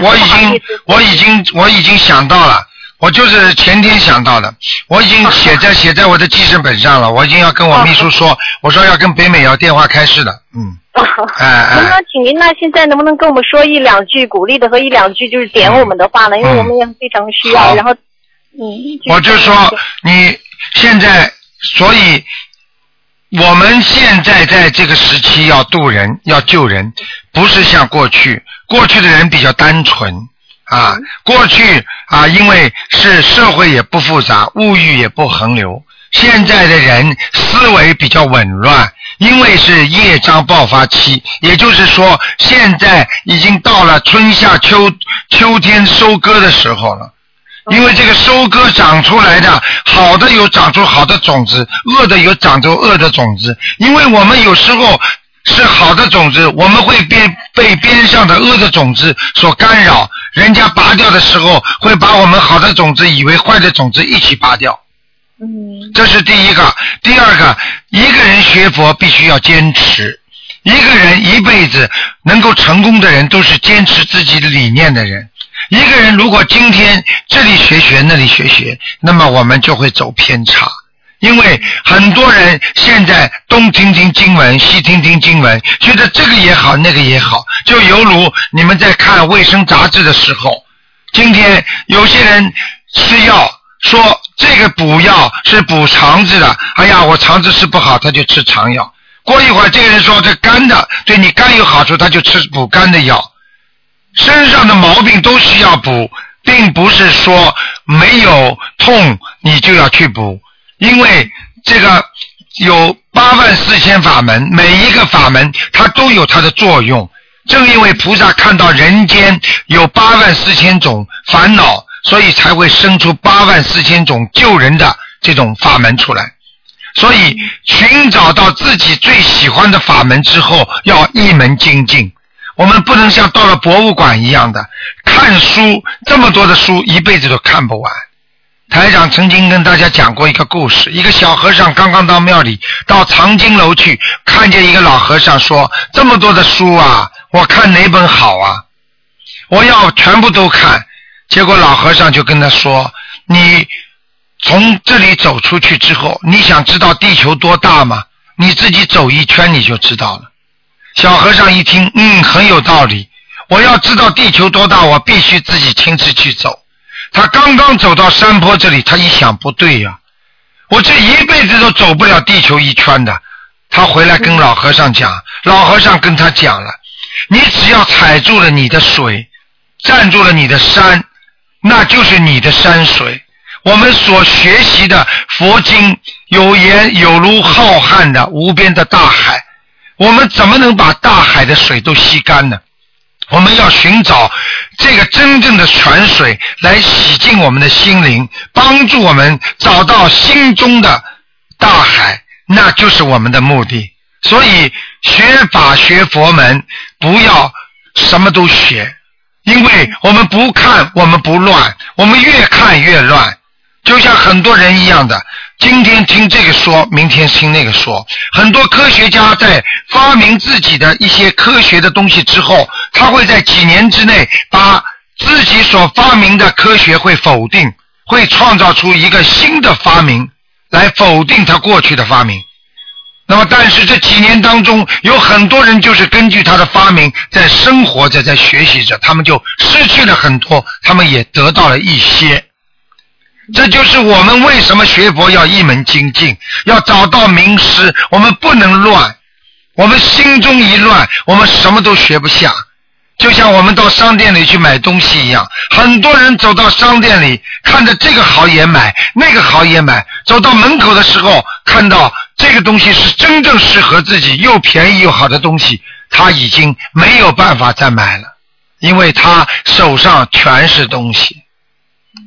我已经想到了。我就是前天想到的，我已经写在我的记事本上了。我已经要跟我秘书说，我说要跟北美要电话开示的。能不能请您现在能不能跟我们说一两句鼓励的和一两句就是点我们的话呢？因为我们也非常需要。然后我就说你现在，所以我们现在在这个时期要渡人，要救人，不是像过去的人比较单纯。过去因为是社会也不复杂，物欲也不横流，现在的人思维比较紊乱，因为是业障爆发期，也就是说现在已经到了春夏秋天收割的时候了。因为这个收割长出来的好的有长出好的种子，恶的有长出恶的种子，因为我们有时候是好的种子，我们会被边上的恶的种子所干扰，人家拔掉的时候会把我们好的种子以为坏的种子一起拔掉。这是第一个。第二个，一个人学佛必须要坚持，一个人一辈子能够成功的人都是坚持自己的理念的人。一个人如果今天这里学那里学，那么我们就会走偏差。因为很多人现在东听听经文西听听经文，觉得这个也好那个也好，就犹如你们在看卫生杂志的时候，今天有些人吃药说这个补药是补肠子的，哎呀我肠子是不好，他就吃肠药。过一会儿这个人说这肝的对你肝有好处，他就吃补肝的药。身上的毛病都需要补，并不是说没有痛你就要去补，因为这个有84000法门，每一个法门它都有它的作用。正因为菩萨看到人间有84000种烦恼，所以才会生出84000种救人的这种法门出来。所以寻找到自己最喜欢的法门之后，要一门精进。我们不能像到了博物馆一样的看书，这么多的书一辈子都看不完。台长曾经跟大家讲过一个故事，一个小和尚刚刚到庙里，到藏经楼去，看见一个老和尚说，这么多的书啊，我看哪本好啊，我要全部都看。结果老和尚就跟他说，你从这里走出去之后，你想知道地球多大吗？你自己走一圈你就知道了。小和尚一听，很有道理，我要知道地球多大，我必须自己亲自去走。他刚刚走到山坡这里，他一想不对呀，我这一辈子都走不了地球一圈的。他回来跟老和尚讲，老和尚跟他讲了，你只要踩住了你的水，站住了你的山，那就是你的山水。我们所学习的佛经有言有如浩瀚的无边的大海，我们怎么能把大海的水都吸干呢？我们要寻找这个真正的泉水来洗净我们的心灵，帮助我们找到心中的大海，那就是我们的目的。所以学法学佛门不要什么都学，因为我们不看我们不乱，我们越看越乱。就像很多人一样的，今天听这个说，明天听那个说。很多科学家在发明自己的一些科学的东西之后，他会在几年之内把自己所发明的科学会否定，会创造出一个新的发明来否定他过去的发明。那么但是这几年当中有很多人就是根据他的发明在生活着，在学习着，他们就失去了很多，他们也得到了一些。这就是我们为什么学佛要一门精进，要找到名师，我们不能乱，我们心中一乱，我们什么都学不下。就像我们到商店里去买东西一样，很多人走到商店里看着这个好也买，那个好也买，走到门口的时候看到这个东西是真正适合自己又便宜又好的东西，他已经没有办法再买了，因为他手上全是东西。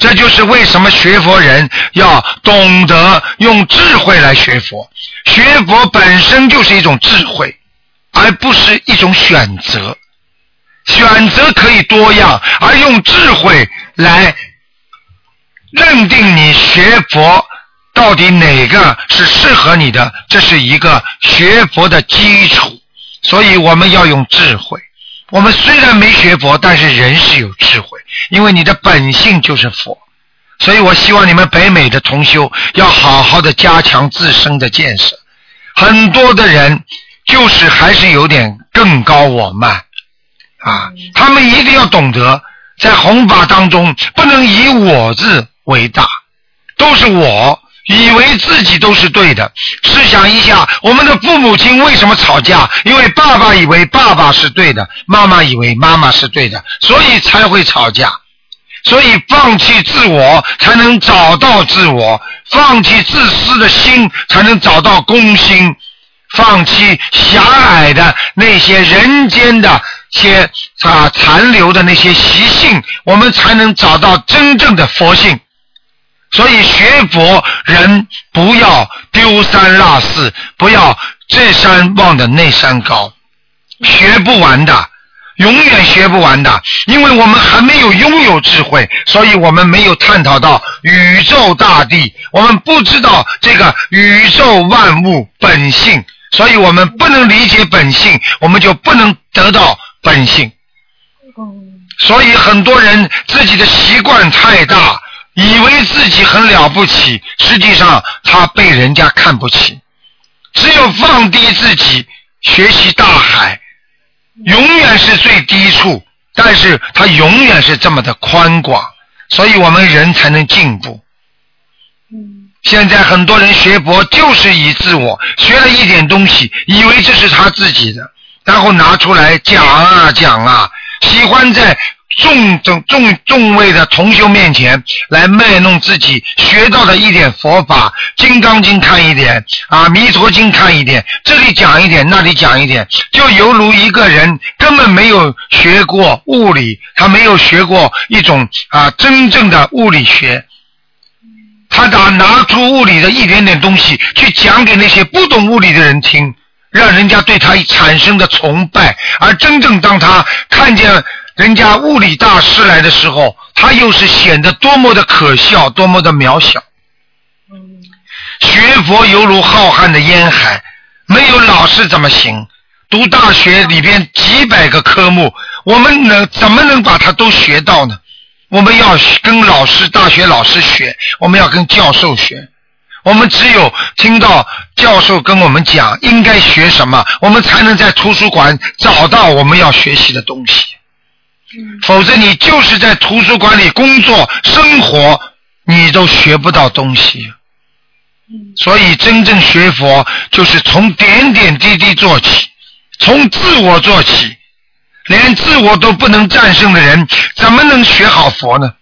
这就是为什么学佛人要懂得用智慧来学佛。学佛本身就是一种智慧，而不是一种选择。选择可以多样，而用智慧来认定你学佛到底哪个是适合你的，这是一个学佛的基础。所以我们要用智慧。我们虽然没学佛，但是人是有智慧，因为你的本性就是佛。所以我希望你们北美的同修要好好的加强自身的建设。很多的人就是还是有点更高我慢啊，他们一定要懂得在弘法当中不能以我字为大，都是我以为自己都是对的。试想一下，我们的父母亲为什么吵架？因为爸爸以为爸爸是对的，妈妈以为妈妈是对的，所以才会吵架。所以放弃自我才能找到自我，放弃自私的心才能找到公心，放弃狭隘的那些人间的些残留的那些习性，我们才能找到真正的佛性。所以学佛人不要丢三落四，不要这山望的那山高，学不完的，永远学不完的。因为我们还没有拥有智慧，所以我们没有探讨到宇宙大地，我们不知道这个宇宙万物本性，所以我们不能理解本性，我们就不能得到本性。所以很多人自己的习惯太大，以为自己很了不起，实际上他被人家看不起。只有放低自己，学习大海，永远是最低处，但是它永远是这么的宽广，所以我们人才能进步。现在很多人学佛就是以自我，学了一点东西，以为这是他自己的，然后拿出来讲啊讲啊，喜欢在众位的同修面前来卖弄自己学到的一点佛法，金刚经看一点啊，弥陀经看一点，这里讲一点那里讲一点，就犹如一个人根本没有学过物理，他没有学过一种真正的物理学，他拿出物理的一点点东西去讲给那些不懂物理的人听，让人家对他产生的崇拜。而真正当他看见人家物理大师来的时候，他又是显得多么的可笑，多么的渺小。学佛犹如浩瀚的烟海，没有老师怎么行？读大学里边几百个科目，我们怎么能把它都学到呢？我们要跟大学老师学，我们要跟教授学。我们只有听到教授跟我们讲应该学什么，我们才能在图书馆找到我们要学习的东西。否则你就是在图书馆里工作生活，你都学不到东西。所以真正学佛就是从点点滴滴做起，从自我做起。连自我都不能战胜的人怎么能学好佛呢？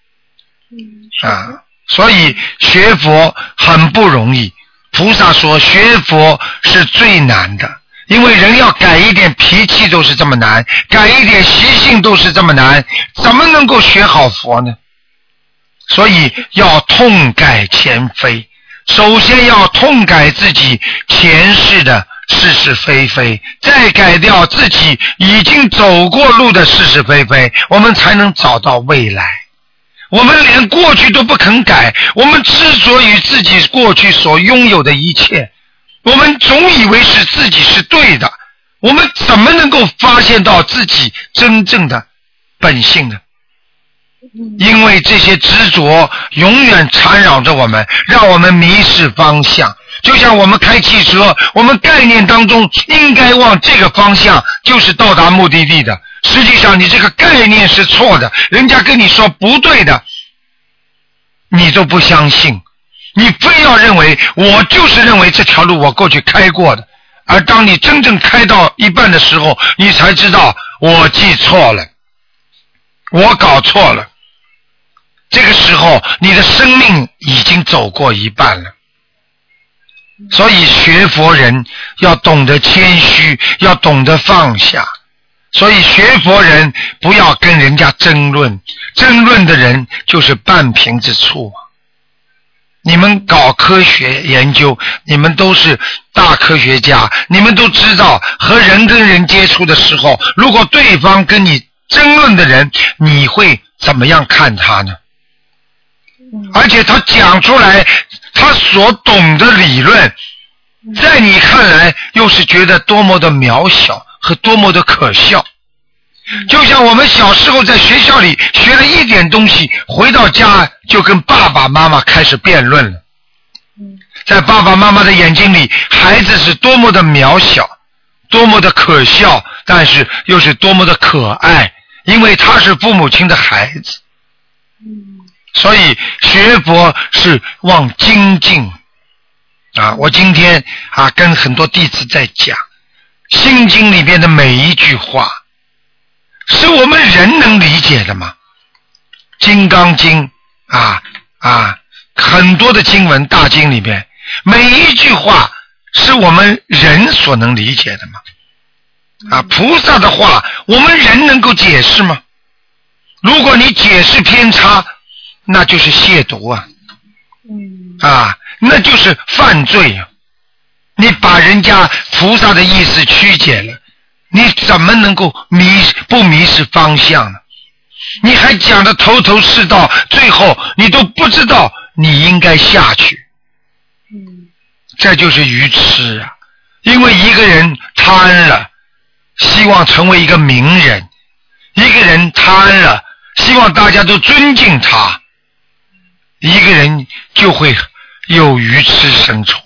所以学佛很不容易。菩萨说学佛是最难的，因为人要改一点脾气都是这么难，改一点习性都是这么难，怎么能够学好佛呢？所以要痛改前非，首先要痛改自己前世的是是非非，再改掉自己已经走过路的是是非非，我们才能找到未来。我们连过去都不肯改，我们执着于自己过去所拥有的一切，我们总以为是自己是对的，我们怎么能够发现到自己真正的本性呢？因为这些执着永远缠绕着我们，让我们迷失方向。就像我们开汽车，我们概念当中应该往这个方向就是到达目的地的，实际上你这个概念是错的，人家跟你说不对的，你都不相信，你非要认为我就是认为这条路我过去开过的，而当你真正开到一半的时候，你才知道我记错了，我搞错了。这个时候你的生命已经走过一半了。所以学佛人要懂得谦虚，要懂得放下。 所以学佛人不要跟人家争论，争论的人就是半瓶子醋。你们搞科学研究，你们都是大科学家，你们都知道和人跟人接触的时候，如果对方跟你争论的人，你会怎么样看他呢？而且他讲出来他所懂的理论，在你看来又是觉得多么的渺小和多么的可笑。就像我们小时候在学校里学了一点东西，回到家就跟爸爸妈妈开始辩论了。在爸爸妈妈的眼睛里，孩子是多么的渺小，多么的可笑，但是又是多么的可爱，因为他是父母亲的孩子。所以学佛是往精进啊！我今天啊跟很多弟子在讲心经里边的每一句话是我们人能理解的吗？金刚经很多的经文大经里边每一句话是我们人所能理解的吗？菩萨的话我们人能够解释吗？如果你解释偏差，那就是亵渎那就是犯罪啊！你把人家菩萨的意思曲解了，你怎么能够不迷失方向呢？你还讲得头头是道，最后你都不知道你应该下去。这就是愚痴啊！因为一个人贪了，希望成为一个名人；一个人贪了，希望大家都尊敬他。一个人就会有愚痴生出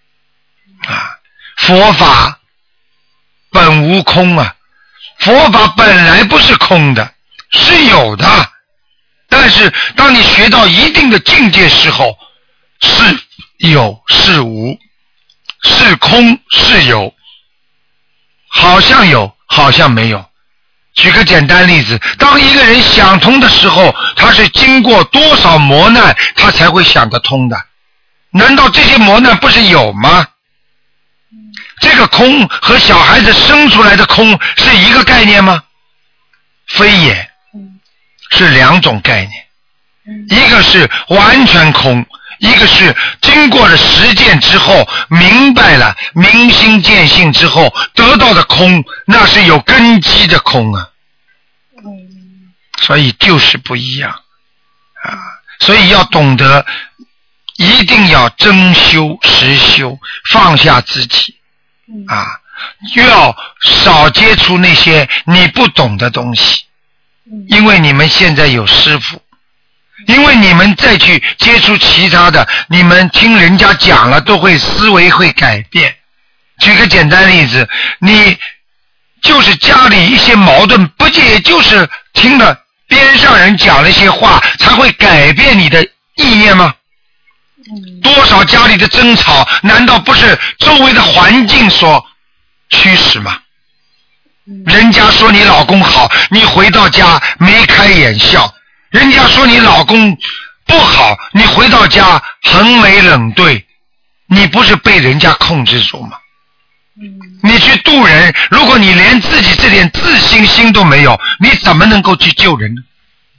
佛法本无空啊，佛法本来不是空的，是有的。但是当你学到一定的境界时候，是有是无，是空是有，好像有好像没有。举个简单例子，当一个人想通的时候，他是经过多少磨难他才会想得通的？难道这些磨难不是有吗？这个空和小孩子生出来的空是一个概念吗？非也，是两种概念。一个是完全空，一个是经过了实践之后明白了明心见性之后得到的空，那是有根基的空啊。所以就是不一样所以要懂得一定要真修实修，放下自己要少接触那些你不懂的东西，因为你们现在有师父，因为你们再去接触其他的，你们听人家讲了都会思维会改变。举个简单例子，你就是家里一些矛盾，不也就是听了边上人讲了一些话才会改变你的意念吗？多少家里的争吵难道不是周围的环境所驱使吗？人家说你老公好，你回到家眉开眼笑，人家说你老公不好，你回到家横眉冷对，你不是被人家控制住吗？你去渡人，如果你连自己这点自信心都没有，你怎么能够去救人呢？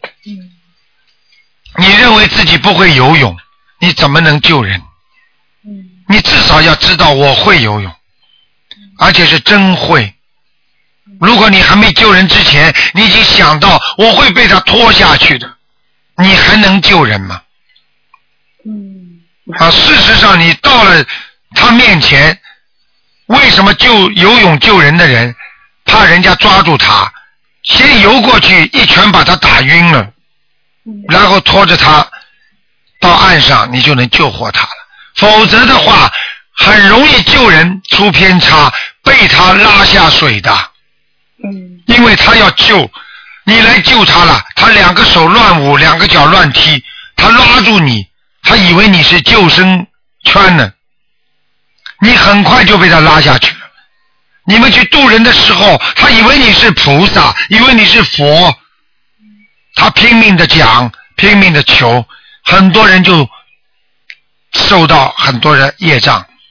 你认为自己不会游泳，你怎么能救人？你至少要知道我会游泳，而且是真会。如果你还没救人之前，你已经想到我会被他拖下去的，你还能救人吗？事实上你到了他面前，为什么游泳救人的人怕人家抓住他，先游过去一拳把他打晕了，然后拖着他到岸上，你就能救活他了。否则的话很容易救人出偏差，被他拉下水的。因为他要救你，来救他了，他两个手乱舞，两个脚乱踢，他拉住你，他以为你是救生圈呢，你很快就被他拉下去了。你们去渡人的时候，他以为你是菩萨，以为你是佛，他拼命的讲，拼命的求，很多人就受到很多人业障。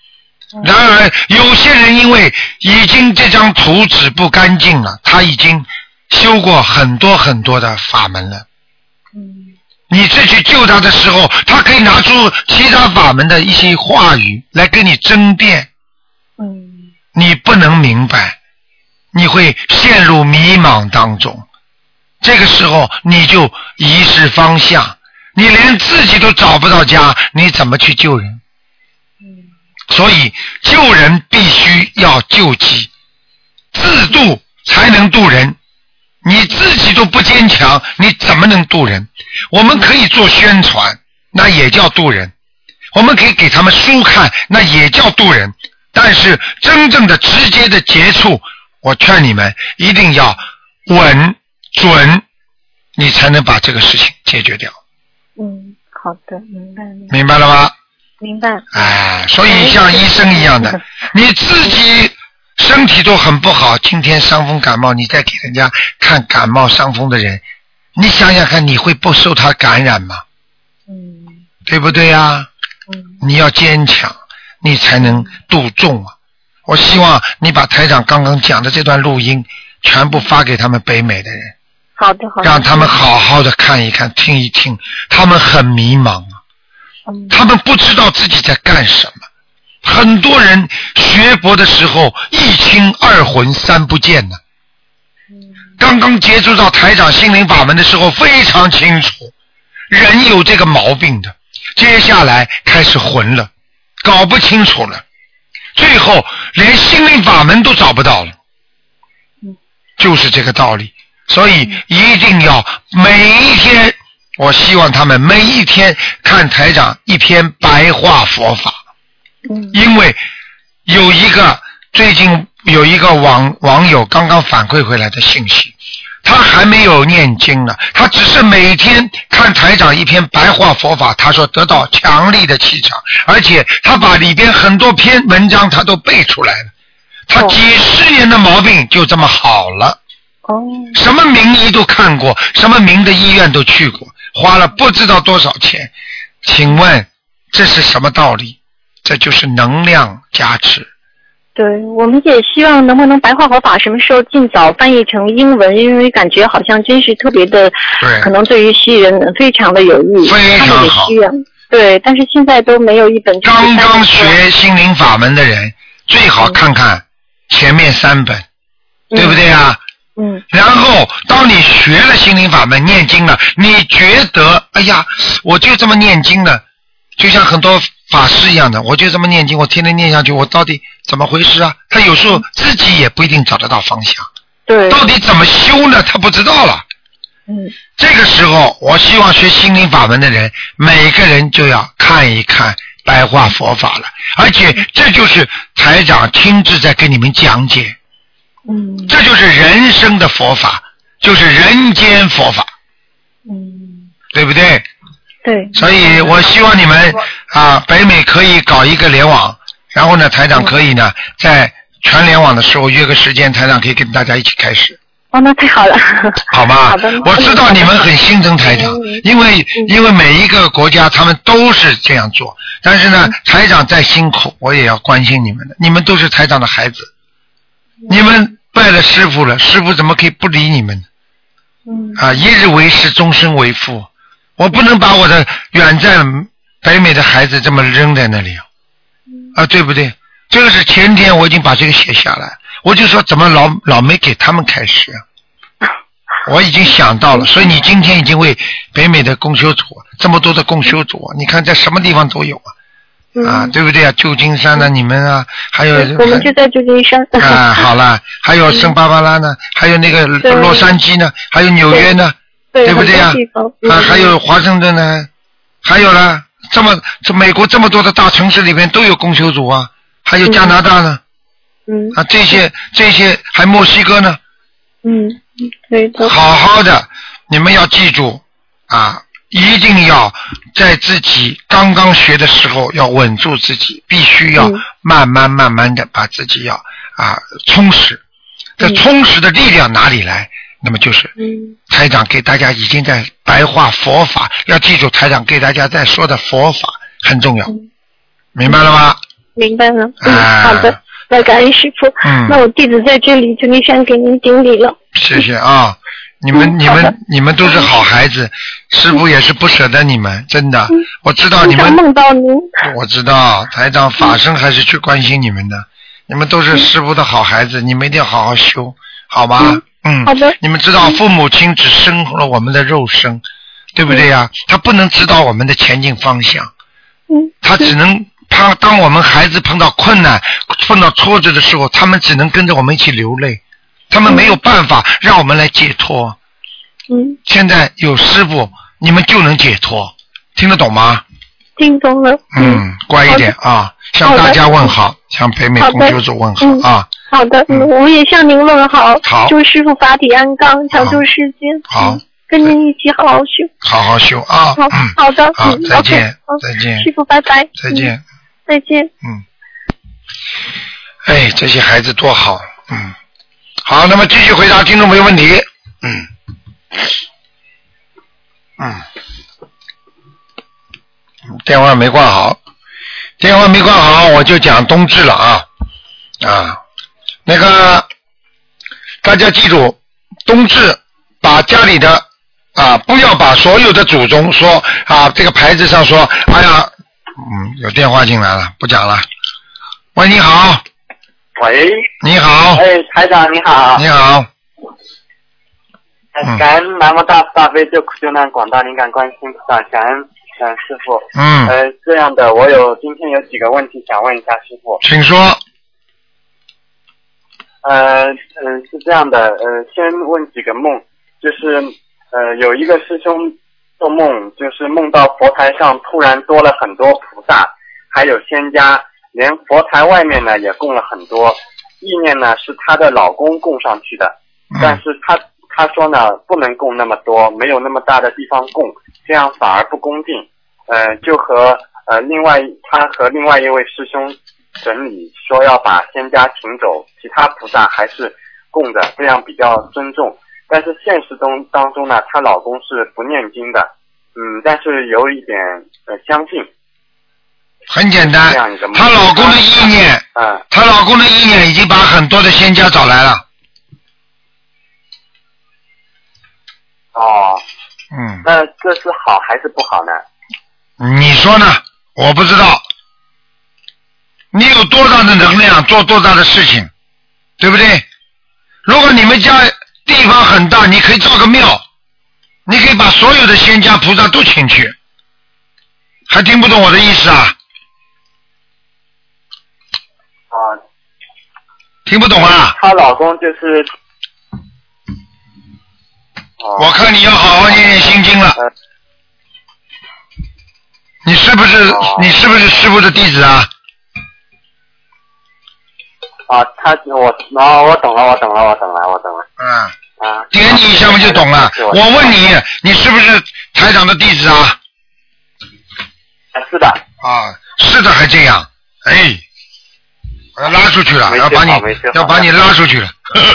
然而有些人因为已经这张图纸不干净了，他已经修过很多很多的法门了。你再去救他的时候，他可以拿出其他法门的一些话语来跟你争辩。你不能明白，你会陷入迷茫当中。这个时候你就遗失方向，你连自己都找不到家，你怎么去救人？所以救人必须要救己，自度才能度人。你自己都不坚强，你怎么能度人？我们可以做宣传，那也叫度人；我们可以给他们书看，那也叫度人。但是真正的直接的接触，我劝你们一定要稳准，你才能把这个事情解决掉。 好的，明白。 明白了吗？ 明白。 所以像医生一样的，你自己身体都很不好，今天伤风感冒，你再给人家看感冒伤风的人，你想想看，你会不受他感染吗？对不对呀？你要坚强，你才能度众啊！我希望你把台长刚刚讲的这段录音全部发给他们北美的人。 好的。 让他们好好的看一看，听一听，他们很迷茫啊，他们不知道自己在干什么。很多人学佛的时候一清二浑三不见呢。刚刚接触到台长心灵法门的时候非常清楚，人有这个毛病的，接下来开始混了，搞不清楚了，最后连心灵法门都找不到了。就是这个道理。所以一定要每一天，我希望他们每一天看台长一篇白话佛法。因为最近有一个网友刚刚反馈回来的信息，他还没有念经呢，他只是每天看台长一篇白话佛法，他说得到强力的气场，而且他把里边很多篇文章他都背出来了，他几十年的毛病就这么好了。什么名医都看过，什么名的医院都去过，花了不知道多少钱。请问这是什么道理？这就是能量加持。 对，我们也希望能不能白话佛法什么时候尽早翻译成英文，因为感觉好像真是特别的，可能对于西人非常的有益， 非常好， 他们也需要。对，但是现在都没有一本。 刚刚学心灵法门的人最好看看前面3本，对不对啊？然后当你学了心灵法门，念经了，你觉得哎呀我就这么念经了，就像很多法师一样的，我就这么念经，我天天念下去，我到底怎么回事啊？他有时候自己也不一定找得到方向。对，到底怎么修呢？他不知道了。这个时候我希望学心灵法门的人每个人就要看一看白话佛法了，而且这就是台长亲自在跟你们讲解。这就是人生的佛法，就是人间佛法。对不对？ 对。 所以我希望你们北美可以搞一个联网，然后呢台长可以呢在全联网的时候约个时间，台长可以跟大家一起开始。 那太好了。 好吗？我知道你们很心疼台长，因为每一个国家他们都是这样做，但是呢台长再辛苦我也要关心你们的，你们都是台长的孩子，你们拜了师父了，师父怎么可以不理你们呢？一日为师，终身为父，我不能把我的远在北美的孩子这么扔在那里对不对？这个是前天我已经把这个写下来，我就说怎么老没给他们开始我已经想到了，所以你今天已经为北美的共修组这么多的共修组，你看在什么地方都有对不对啊？旧金山呢，你们还有我们就在旧金山好了，还有圣巴巴拉呢，还有那个洛杉矶呢，还有纽约呢，对不对啊？还有华盛顿呢，还有了这美国这么多的大城市里面都有共修组还有加拿大呢，这些还墨西哥呢， 对， 好好的，你们要记住一定要在自己刚刚学的时候要稳住自己，必须要慢慢的把自己要充实。这充实的力量哪里来？那么就是台长给大家已经在白话佛法，要记住台长给大家在说的佛法很重要，明白了吗？ 明白了。好的，那感恩师父。那我弟子在这里就你想给您顶礼了。 谢谢啊。你们都是好孩子，师父也是不舍得你们，真的。我知道你们梦到您。 我知道台长法身还是去关心你们的，你们都是师父的好孩子，你们一定要好好修，好吗？ 好的。 你们知道父母亲只生了我们的肉身，对不对呀？他不能指导我们的前进方向，他只能当我们孩子碰到困难、碰到挫折的时候，他们只能跟着我们一起流泪。他们没有办法让我们来解脱。现在有师父，你们就能解脱，听得懂吗？ 听懂了。 乖一点啊，向大家问好，向北美同学组问好啊。 好的，我也向您问好。 好， 祝师父法体安康，长驻世间。 好， 跟您一起好好修。 好好修啊。 好的。 好，再见，再见。 师父拜拜。 再见。 再见。 哎，这些孩子多好。好，那么继续回答听众朋友问题。电话没挂好，我就讲冬至了啊。那个大家记住，冬至把家里的不要把所有的祖宗说这个牌子上说，哎呀，有电话进来了，不讲了。喂，你好。 喂， 你好。 台长你好。 你好。 感恩南无大慈大悲救苦救难广大灵感观世音菩萨，感恩师父。这样的，今天有几个问题想问一下师父。 请说。 是这样的，先问几个梦，就是有一个师兄做梦，就是梦到佛台上突然多了很多菩萨，还有仙家，连佛台外面呢也供了很多，意念呢是她的老公供上去的，但是他说呢不能供那么多，没有那么大的地方供，这样反而不恭敬。就和他和另外一位师兄整理说要把仙家请走，其他菩萨还是供着，这样比较尊重。但是现实当中呢，她老公是不念经的，但是有一点相信。 很简单，她老公的意念，她老公的意念已经把很多的仙家找来了。 那这是好还是不好呢？ 你说呢？我不知道。你有多大的能量做多大的事情，对不对？如果你们家地方很大，你可以造个庙，你可以把所有的仙家菩萨都请去。还听不懂我的意思啊？听不懂啊？ 她老公就是。 我看你要好好念念心经了。你是不是师父的弟子啊？ 我懂了。 点你一下嘛就懂了。我问你，你是不是台长的弟子啊？ 是的。 是的还这样，我要拉出去了，要把你拉出去了。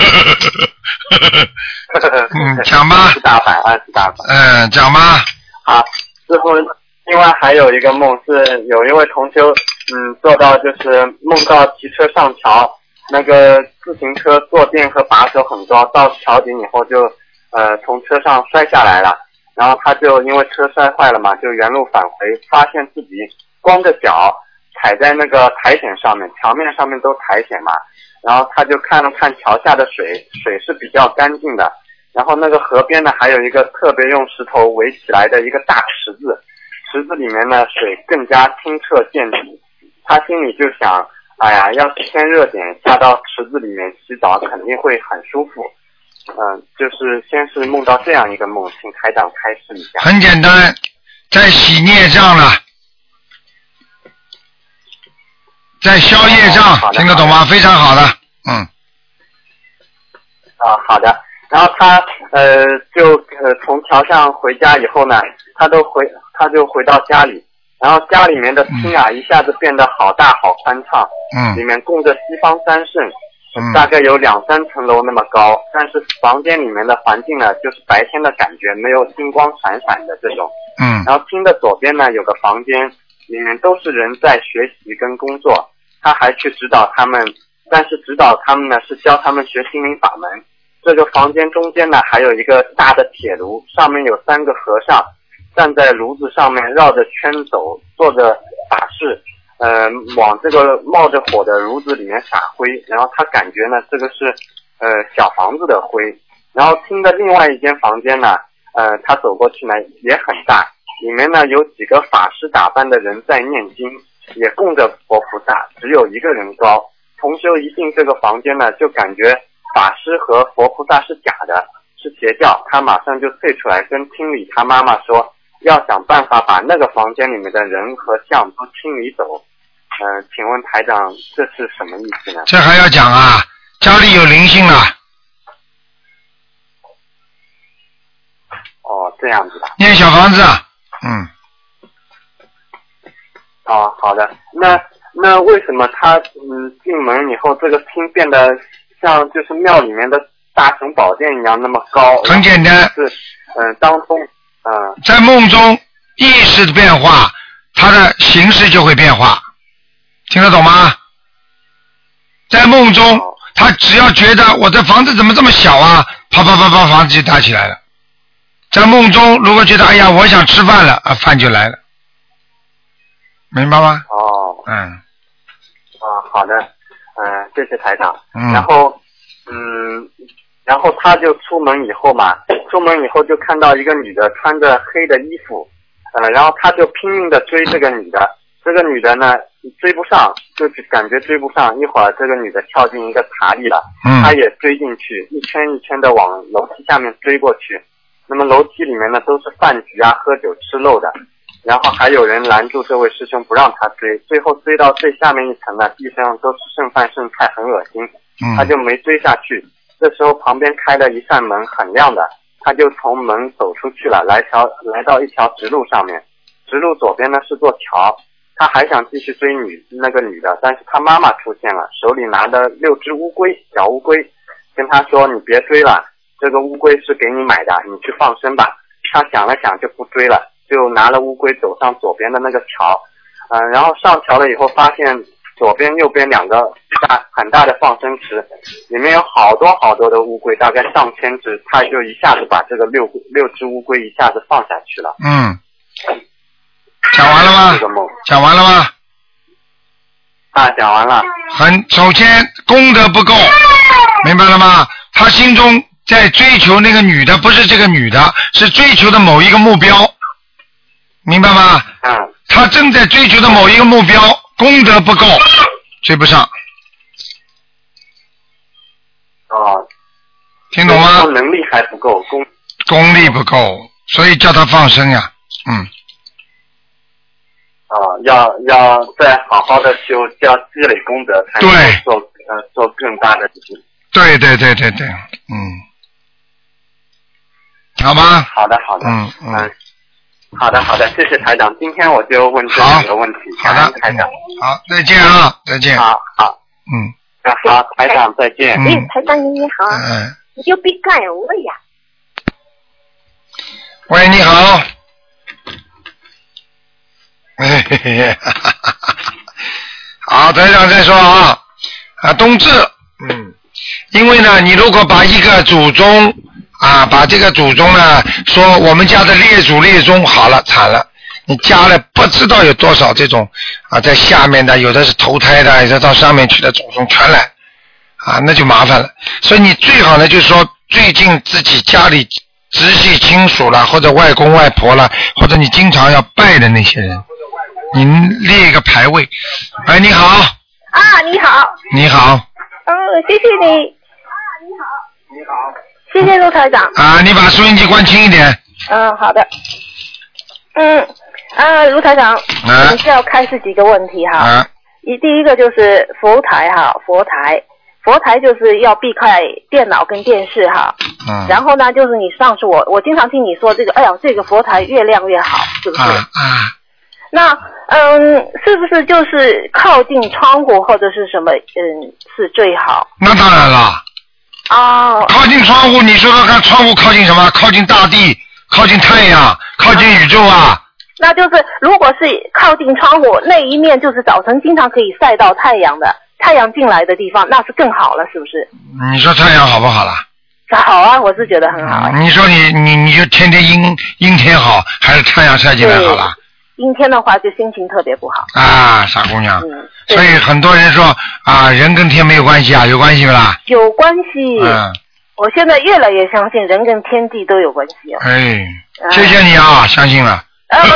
讲吧。 20大板。 讲吧。 好，师父，另外还有一个梦是有一位同修，做到就是梦到骑车上桥，那个自行车坐垫和把手很高，到桥顶以后就从车上摔下来了，然后他就因为车摔坏了嘛，就原路返回，发现自己光着脚踩在那个苔藓上面，桥面上面都苔藓嘛，然后他就看了看桥下的水是比较干净的，然后那个河边呢还有一个特别用石头围起来的一个大池子，池子里面呢水更加清澈见底，他心里就想，哎呀，要是天热点下到池子里面洗澡肯定会很舒服。就是先是梦到这样一个梦，请台长开示一下。 很简单，在洗孽障了，在消业障，听得懂吗？非常好的。 好的。然后他就从桥上回家以后呢，他就回到家里，然后家里面的厅一下子变得好大好宽敞，里面供着西方三圣，大概有2-3层楼那么高，但是房间里面的环境呢就是白天的感觉，没有金光闪闪的这种。然后厅的左边呢有个房间，里面都是人在学习跟工作， 他还去指导他们，但是指导他们呢是教他们学心灵法门。这个房间中间呢还有一个大的铁炉，上面有3个和尚站在炉子上面绕着圈走，做着法事，往这个冒着火的炉子里面撒灰，然后他感觉呢这个是小房子的灰。然后厅的另外一间房间呢，他走过去呢也很大，里面呢有几个法师打扮的人在念经，也供着佛菩萨，只有1个人高。同修一进这个房间呢，就感觉法师和佛菩萨是假的，是邪教，他马上就退出来跟厅里他妈妈说，要想办法把那个房间里面的人和像都清理走。请问台长，这是什么意思呢？ 这还要讲啊？家里有灵性了。 哦，这样子的。 念小房子啊。 哦，好的。那为什么他进门以后，这个厅变得像就是庙里面的大雄宝殿一样那么高？ 很简单， 是当中在梦中意识的变化，它的形式就会变化，听得懂吗？在梦中，他只要觉得我的房子怎么这么小啊，啪啪啪啪，房子就搭起来了。在梦中，如果觉得哎呀我想吃饭了啊，饭就来了，明白吗？ 哦，好的，谢谢台长。然后他就出门以后就看到一个女的穿着黑的衣服，然后他就拼命的追这个女的，这个女的呢追不上，就感觉追不上，一会儿这个女的跳进一个塔里了，他也追进去，一圈一圈的往楼梯下面追过去。那么楼梯里面呢都是饭局啊、喝酒吃肉的，然后还有人拦住这位师兄不让他追，最后追到最下面一层呢，地上都是剩饭剩菜，很恶心，他就没追下去。这时候旁边开了一扇门，很亮的，他就从门走出去了，来到一条直路上面，直路左边呢是座桥，他还想继续追那个女的，但是他妈妈出现了，手里拿着6只乌龟，小乌龟，跟他说你别追了，这个乌龟是给你买的，你去放生吧。他想了想就不追了，就拿了乌龟走上左边的那个桥，然后上桥了以后发现左边右边2个很大的放生池，里面有好多好多的乌龟，大概上千只，他就一下子把这个六只乌龟一下子放下去了。 讲完了吗？讲完了吗？ 讲完了。 首先功德不够，明白了吗？他心中在追求那个女的，不是这个女的，是追求的某一个目标，明白吗？他正在追求的某一个目标，功德不够，追不上。听懂吗？ 能力还不够， 功力不够，所以叫他放生呀。 要再好好的修，要积累功德，才能做更大的事。 对，好吗？ 好的，好的，谢谢台长。今天我就问这2个问题。 好的， 台长。 好，再见啊，再见。 好，好，台长再见。 台长你好。你就别干我呀。 喂，你好。好，台长再说啊，冬至，因为呢，你如果把一个祖宗把这个祖宗呢，说我们家的列祖列宗好了，惨了，你加了不知道有多少这种在下面的，有的是投胎的，有的到上面去的祖宗全来那就麻烦了。所以你最好呢，就是说最近自己家里直系亲属啦，或者外公外婆啦，或者你经常要拜的那些人，你列一个牌位。喂，你好。 你好。 你好。 谢谢你。 你好。 谢谢陆台长。 你把收音机关轻一点。 好的。卢台长，你是要开始几个问题哈。第一个就是佛台哈，佛台就是要避开电脑跟电视哈。然后呢，就是你上次我经常听你说这个，这个佛台越亮越好，是不是？那是不是就是靠近窗户或者是什么是最好？ 那当然了。靠近窗户，你说说看，窗户靠近什么？靠近大地，靠近太阳，靠近宇宙啊。 那就是如果是靠近窗户那一面，就是早晨经常可以晒到太阳的，太阳进来的地方，那是更好了，是不是？ 你说太阳好不好啦？ 好啊，我是觉得很好。 你说你就天天阴天好，还是太阳晒进来好了？ 阴天的话就心情特别不好。 啊，傻姑娘。所以很多人说啊，人跟天没有关系啊，有关系不啦？ 有关系。我现在越来越相信人跟天地都有关系啊。 谢谢你啊，相信了。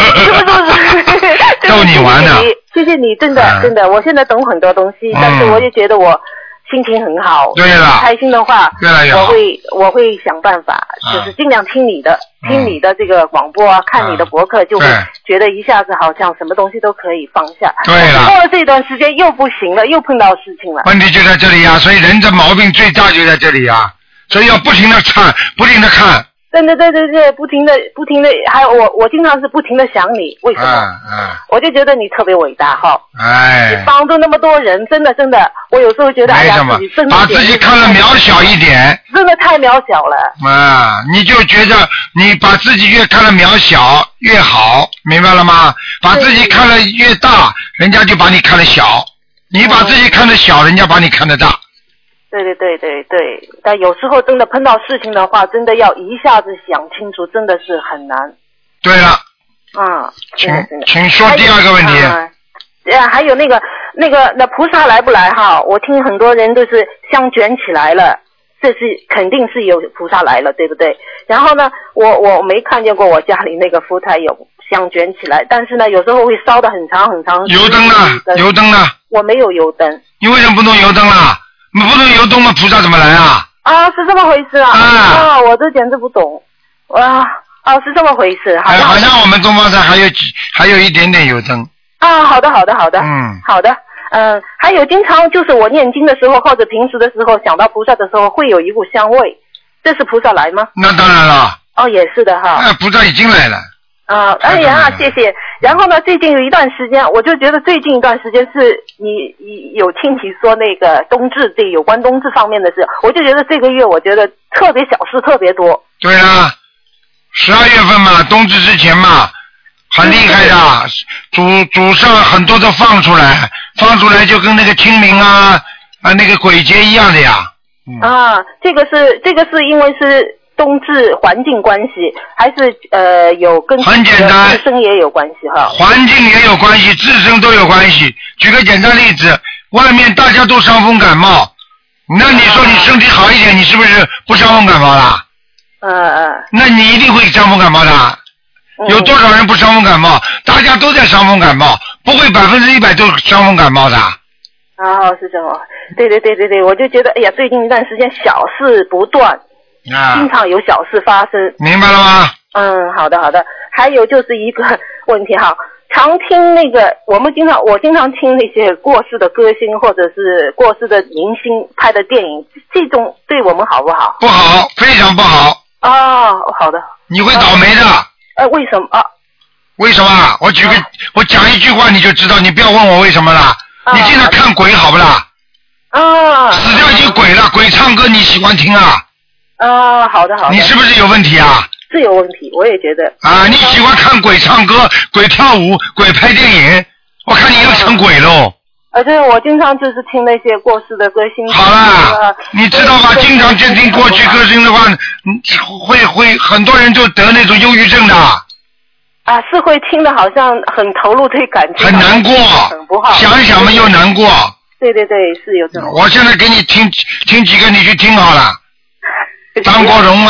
不逗你玩的。 谢谢你，真的，我现在懂很多东西，但是我也觉得我心情很好。 对了。 开心的话， 越来越好。 我会想办法，就是尽量听你的这个广播啊，看你的博客，就会觉得一下子好像什么东西都可以放下。 对了。 过了这段时间又不行了，又碰到事情了。 问题就在这里啊，所以人的毛病最大就在这里啊，所以要不停的看，不停的看。 对，不停的，还有我经常是不停的想你，为什么？我就觉得你特别伟大哈。你帮助那么多人，真的，我有时候觉得哎呀，自己真的把自己看得渺小一点， 真的太渺小了。 你就觉得你把自己越看得渺小越好，明白了吗？把自己看得越大，人家就把你看得小；你把自己看得小，人家把你看得大。 对，但有时候真的碰到事情的话，真的要一下子想清楚，真的是很难。 对了。请说第二个问题。 还有那菩萨来不来哈？我听很多人都是香卷起来了，这是肯定是有菩萨来了，对不对？然后呢，我没看见过我家里那个佛台有香卷起来，但是呢，有时候会烧得很长。 油灯呢？油灯呢？ 我没有油灯。 你为什么不弄油灯啦？你不能油灯吗？菩萨怎么来啊？ 是这么回事啊！我这简直不懂。是这么回事。 好像我们东方山还有一点点油灯。 好的。好的。还有经常就是我念经的时候或者平时的时候想到菩萨的时候会有一股香味，这是菩萨来吗？ 那当然了。 也是的哈。 菩萨已经来了。 哎呀，谢谢。然后呢，最近有一段时间，我就觉得最近一段时间是你有听你说那个冬至，这有关冬至方面的事，我就觉得这个月我觉得特别小事特别多。 对啊，12月份嘛，冬至之前嘛，很厉害的，祖上很多都放出来就跟那个清明那个鬼节一样的呀。 这个是因为是冬至环境关系，还是有跟很简单， 自身也有关系哈？ 环境也有关系，自身都有关系。举个简单例子，外面大家都伤风感冒，那你说你身体好一点，你是不是不伤风感冒啦？那你一定会伤风感冒的。有多少人不伤风感冒？大家都在伤风感冒，不会100%都伤风感冒的。 是这么。对，我就觉得哎呀，最近一段时间小事不断。经常有小事发生。 明白了吗？ 好的。还有就是一个问题哈，常听那个我经常听那些过世的歌星或者是过世的明星拍的电影，这种对我们好不好？ 不好，非常不好。 好的。 你会倒霉的。 为什么为什么？我讲一句话你就知道，你不要问我为什么了。你经常看鬼好不啦？死掉一个鬼了，鬼唱歌你喜欢听啊？ 好的。 你是不是有问题啊？ 是有问题，我也觉得。 你喜欢看鬼唱歌、鬼跳舞、鬼拍电影，我看你要成鬼喽。 对，我经常就是听那些过世的歌星。 好啦，你知道吧？经常听过去歌星的话，会很多人就得那种忧郁症的。 是会听的，好像很投入对感情。 很难过， 很不好。 想想嘛又难过。 对，是有这种。 我现在给你听几个，你去听好了。张国荣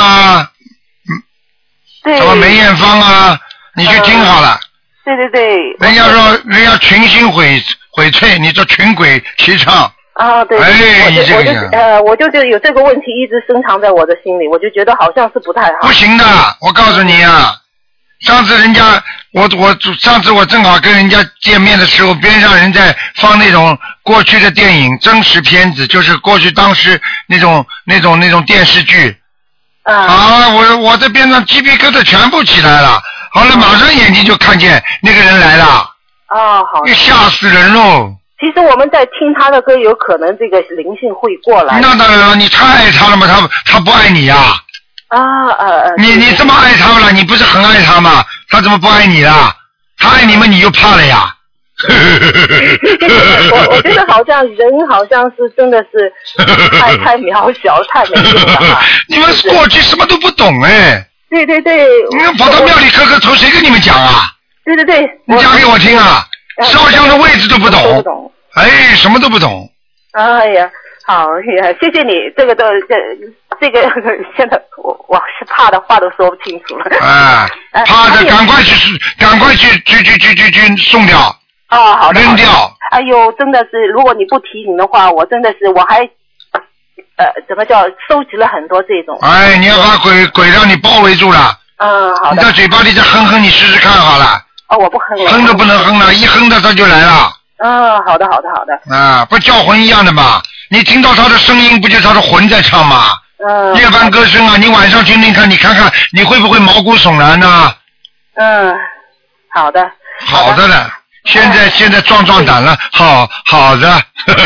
什么梅艳芳你去听好了。 对。 人家说人家群星荟萃，你这群鬼齐唱。 对。我就觉得有这个问题一直深藏在我的心里，我就觉得好像是不太好。 不行的，我告诉你上次上次我正好跟人家见面的时候，边上人在放那种过去的电影真实片子，就是过去当时那种电视剧。我在边上鸡皮疙瘩全部起来了。好了，马上眼睛就看见那个人来了。 好。 吓死人喽！ 其实我们在听他的歌，有可能这个灵性会过来。 那当然了，你太爱他了吗？他不爱你呀？你这么爱他了，你不是很爱他吗？他怎么不爱你啦？ 他爱你们，你又怕了呀？ 我觉得好像人好像是真的是太渺小，太没用了。 你们过去什么都不懂哎。 对， 你们跑到庙里磕头，谁跟你们讲啊？ 对， 你讲给我听啊！烧香的位置都不懂，哎，什么都不懂。 哎呀，好呀，谢谢你，这个现在我是怕的话都说不清楚了。 怕的赶快去送掉。 好的。 扔掉。 哎呦，真的是，如果你不提醒的话，我真的是我还怎么叫收集了很多这种。 哎，你要把鬼让你包围住了。 好的。 你在嘴巴里再哼，你试试看好了。 我不哼了。 哼都不能哼了，一哼的他就来了。 好的。 不叫魂一样的嘛，你听到他的声音，不就他的魂在唱吗？夜半歌声啊，你晚上听听看，你看看你会不会毛骨悚然呢？ 好的。 好的了，现在壮胆了，好的。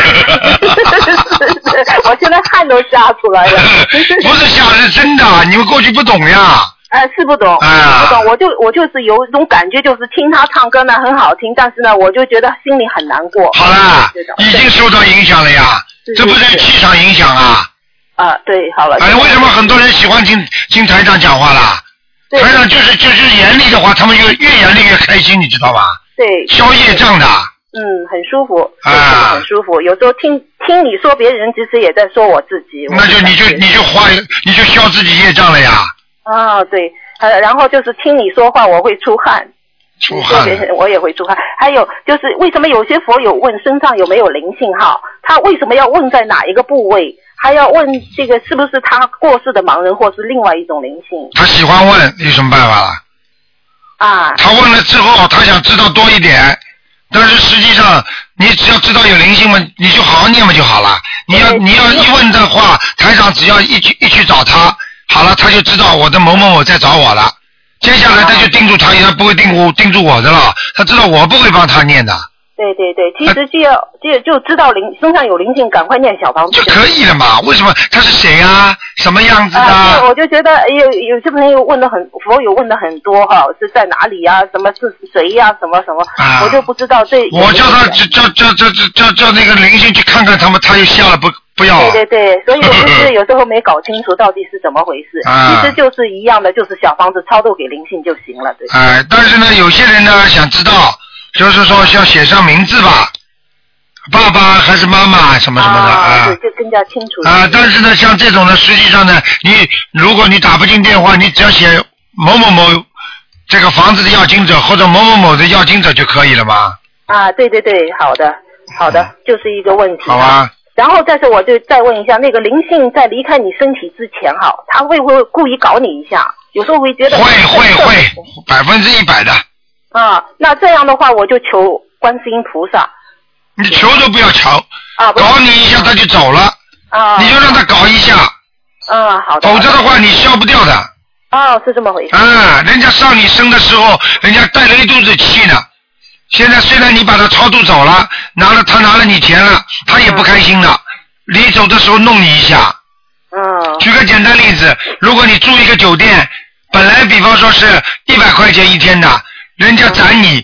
我现在汗都吓出来了。 不是吓，是真的，你们过去不懂呀。 是不懂，不懂，我就是有一种感觉，就是听他唱歌呢很好听，但是呢，我就觉得心里很难过。 好啦，已经受到影响了呀，这不是气场影响啊。 对，好了。 为什么很多人喜欢听台长讲话啦？台长就是严厉的话，他们越严厉越开心，你知道吧？对。消业障的。 很舒服，很舒服。有时候听你说别人，其实也在说我自己。 那就你就消自己业障了呀。 对，然后就是听你说话，我会出汗。 出汗。 我也会出汗。还有就是为什么有些佛友问身上有没有灵性哈？他为什么要问在哪一个部位？还要问这个是不是他过世的盲人，或是另外一种灵性？ 他喜欢问，有什么办法了？他问了之后，他想知道多一点，但是实际上你只要知道有灵性嘛，你就好好念嘛就好了。你要一问的话，台长只要一去找他。好了，他就知道我的某某某在找我了。接下来他就盯住他，他不会盯住我的了。他知道我不会帮他念的。 对，其实就知道身上有灵性，赶快念小房子就可以了嘛。为什么他是谁啊？什么样子的？ 我就觉得有些朋友佛友问的很多哈，是在哪里啊？什么是谁呀？什么，我就不知道这。 我叫他叫那个灵性去看看他们，他又下了不要。 对，所以我就是有时候没搞清楚到底是怎么回事。其实就是一样的，就是小房子超度给灵性就行了，对。 但是呢，有些人呢想知道。就是说要写上名字吧，爸爸还是妈妈什么什么的对，就更加清楚。 但是呢，像这种呢，实际上呢，如果你打不进电话，你只要写某某某这个房子的要经者或者某某某的要经者就可以了嘛。 对，好的，就是一个问题。 好吧。 然后再是我就再问一下，那个灵性在离开你身体之前哈，他会不会故意搞你一下？有时候会觉得会100%的。 那这样的话，我就求观世音菩萨。 你求都不要求，搞你一下他就走了。你就让他搞一下。 好的。 否则的话，你消不掉的。 是这么回事。 人家上你身的时候，人家带了一肚子气呢。现在虽然你把他超度走了，他拿了你钱了，他也不开心了。临走的时候弄你一下。举个简单例子，如果你住一个酒店，本来比方说是100块钱一天的。人家攒你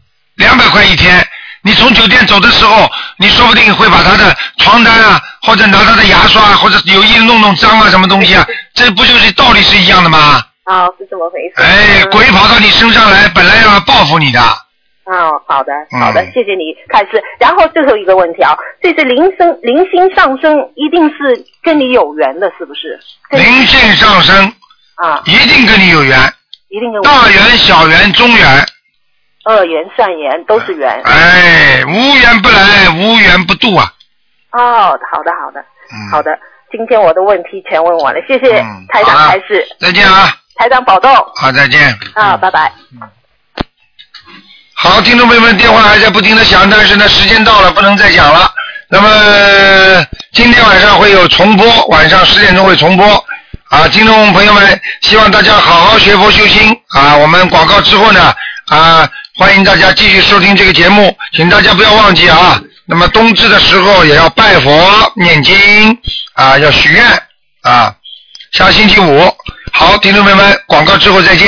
200块一天，你从酒店走的时候，你说不定会把他的床单啊，或者拿他的牙刷，或者有意弄脏啊什么东西啊，这不就是道理是一样的吗？ 是这么回事。 鬼跑到你身上来，本来要报复你的。 好的，谢谢你开始。然后最后一个问题这是灵性上升，一定是跟你有缘的，是不是？ 灵性上升一定跟你有缘。 一定跟大缘、小缘、中缘， 恶缘、善缘都是缘。 无缘不来，无缘不渡啊。 好的，今天我的问题全问完了，谢谢台长开示。 再见啊！ 台长保重。 好，再见。 拜拜。 好，听众朋友们，电话还在不停的响，但是呢，时间到了，不能再讲了。那么今天晚上会有重播，晚上10点钟会重播。听众朋友们，希望大家好好学佛修心我们广告之后呢欢迎大家继续收听这个节目，请大家不要忘记那么冬至的时候也要拜佛念经要许愿下星期五。好，听众朋友们，广告之后再见。